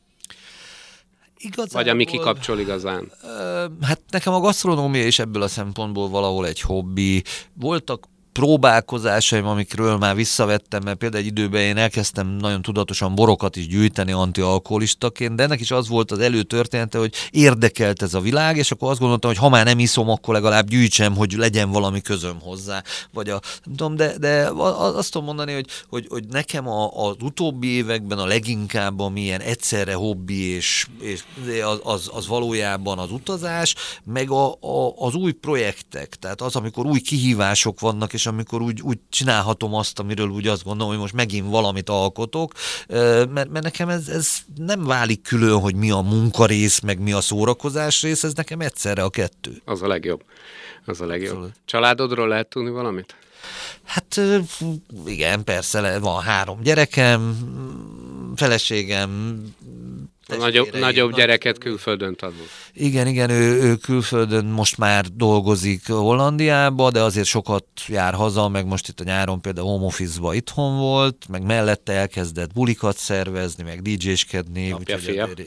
Igazából, vagy ami kikapcsol igazán? Hát nekem a gasztronómia is ebből a szempontból valahol egy hobbi. Voltak próbálkozásaim, amikről már visszavettem, mert például egy időben én elkezdtem nagyon tudatosan borokat is gyűjteni antialkoholistaként, de ennek is az volt az előtörténete, hogy érdekelt ez a világ, és akkor azt gondoltam, hogy ha már nem iszom, akkor legalább gyűjtsem, hogy legyen valami közöm hozzá. Vagy a, nem tudom, de, de azt tudom mondani, hogy, hogy, hogy nekem a, az utóbbi években a leginkább, ami ilyen egyszerre hobbi, és, és az, az, az valójában az utazás, meg a, a, az új projektek, tehát az, amikor új kihívások vannak, és amikor úgy, úgy csinálhatom azt, amiről úgy azt gondolom, hogy most megint valamit alkotok, mert, mert nekem ez, ez nem válik külön, hogy mi a munkarész, meg mi a szórakozás rész, ez nekem egyszerre a kettő. Az a legjobb. Az a legjobb. Szóval. Családodról lehet tudni valamit? Hát igen, persze, van három gyerekem, feleségem, A nagyobb, nagyobb gyereket külföldön tanul. Igen, igen, ő, ő külföldön most már dolgozik Hollandiába, de azért sokat jár haza, meg most itt a nyáron például home office-ba itthon volt, meg mellette elkezdett bulikat szervezni, meg dé dzséskedni. Apja, fia. Azért,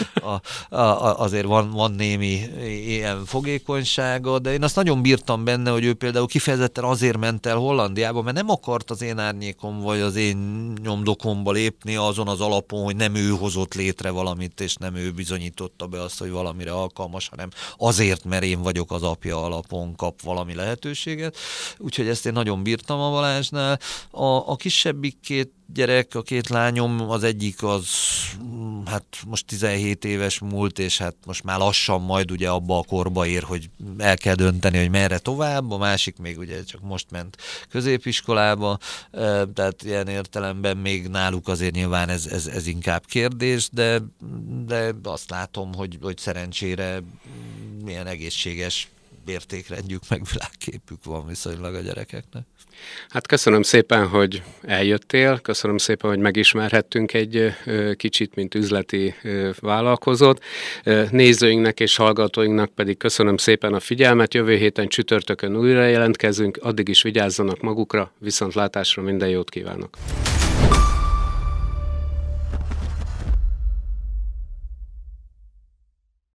a, a, azért van, van némi ilyen fogékonysága, de én azt nagyon bírtam benne, hogy ő például kifejezetten azért ment el Hollandiába, mert nem akart az én árnyékom, vagy az én nyomdokomba lépni azon az alapon, hogy nem ő hozott létre valamit, és nem ő bizonyította be azt, hogy valamire alkalmas, hanem azért, mert én vagyok az apja alapon kap valami lehetőséget. Úgyhogy ezt én nagyon bírtam a Balázsnál. A, a kisebbik két gyerek, a két lányom, az egyik az hát most tizenhét éves múlt, és hát most már lassan majd ugye abba a korba ér, hogy el kell dönteni, hogy merre tovább, a másik még ugye csak most ment középiskolába, tehát ilyen értelemben még náluk azért nyilván ez, ez, ez inkább kérdés, de, de azt látom, hogy, hogy szerencsére milyen egészséges értékrendjük, meg világképük van viszonylag a gyerekeknek. Hát köszönöm szépen, hogy eljöttél, köszönöm szépen, hogy megismerhettünk egy kicsit, mint üzleti vállalkozót. Nézőinknek és hallgatóinknak pedig köszönöm szépen a figyelmet, jövő héten csütörtökön újra jelentkezünk, addig is vigyázzanak magukra, viszontlátásra, minden jót kívánok!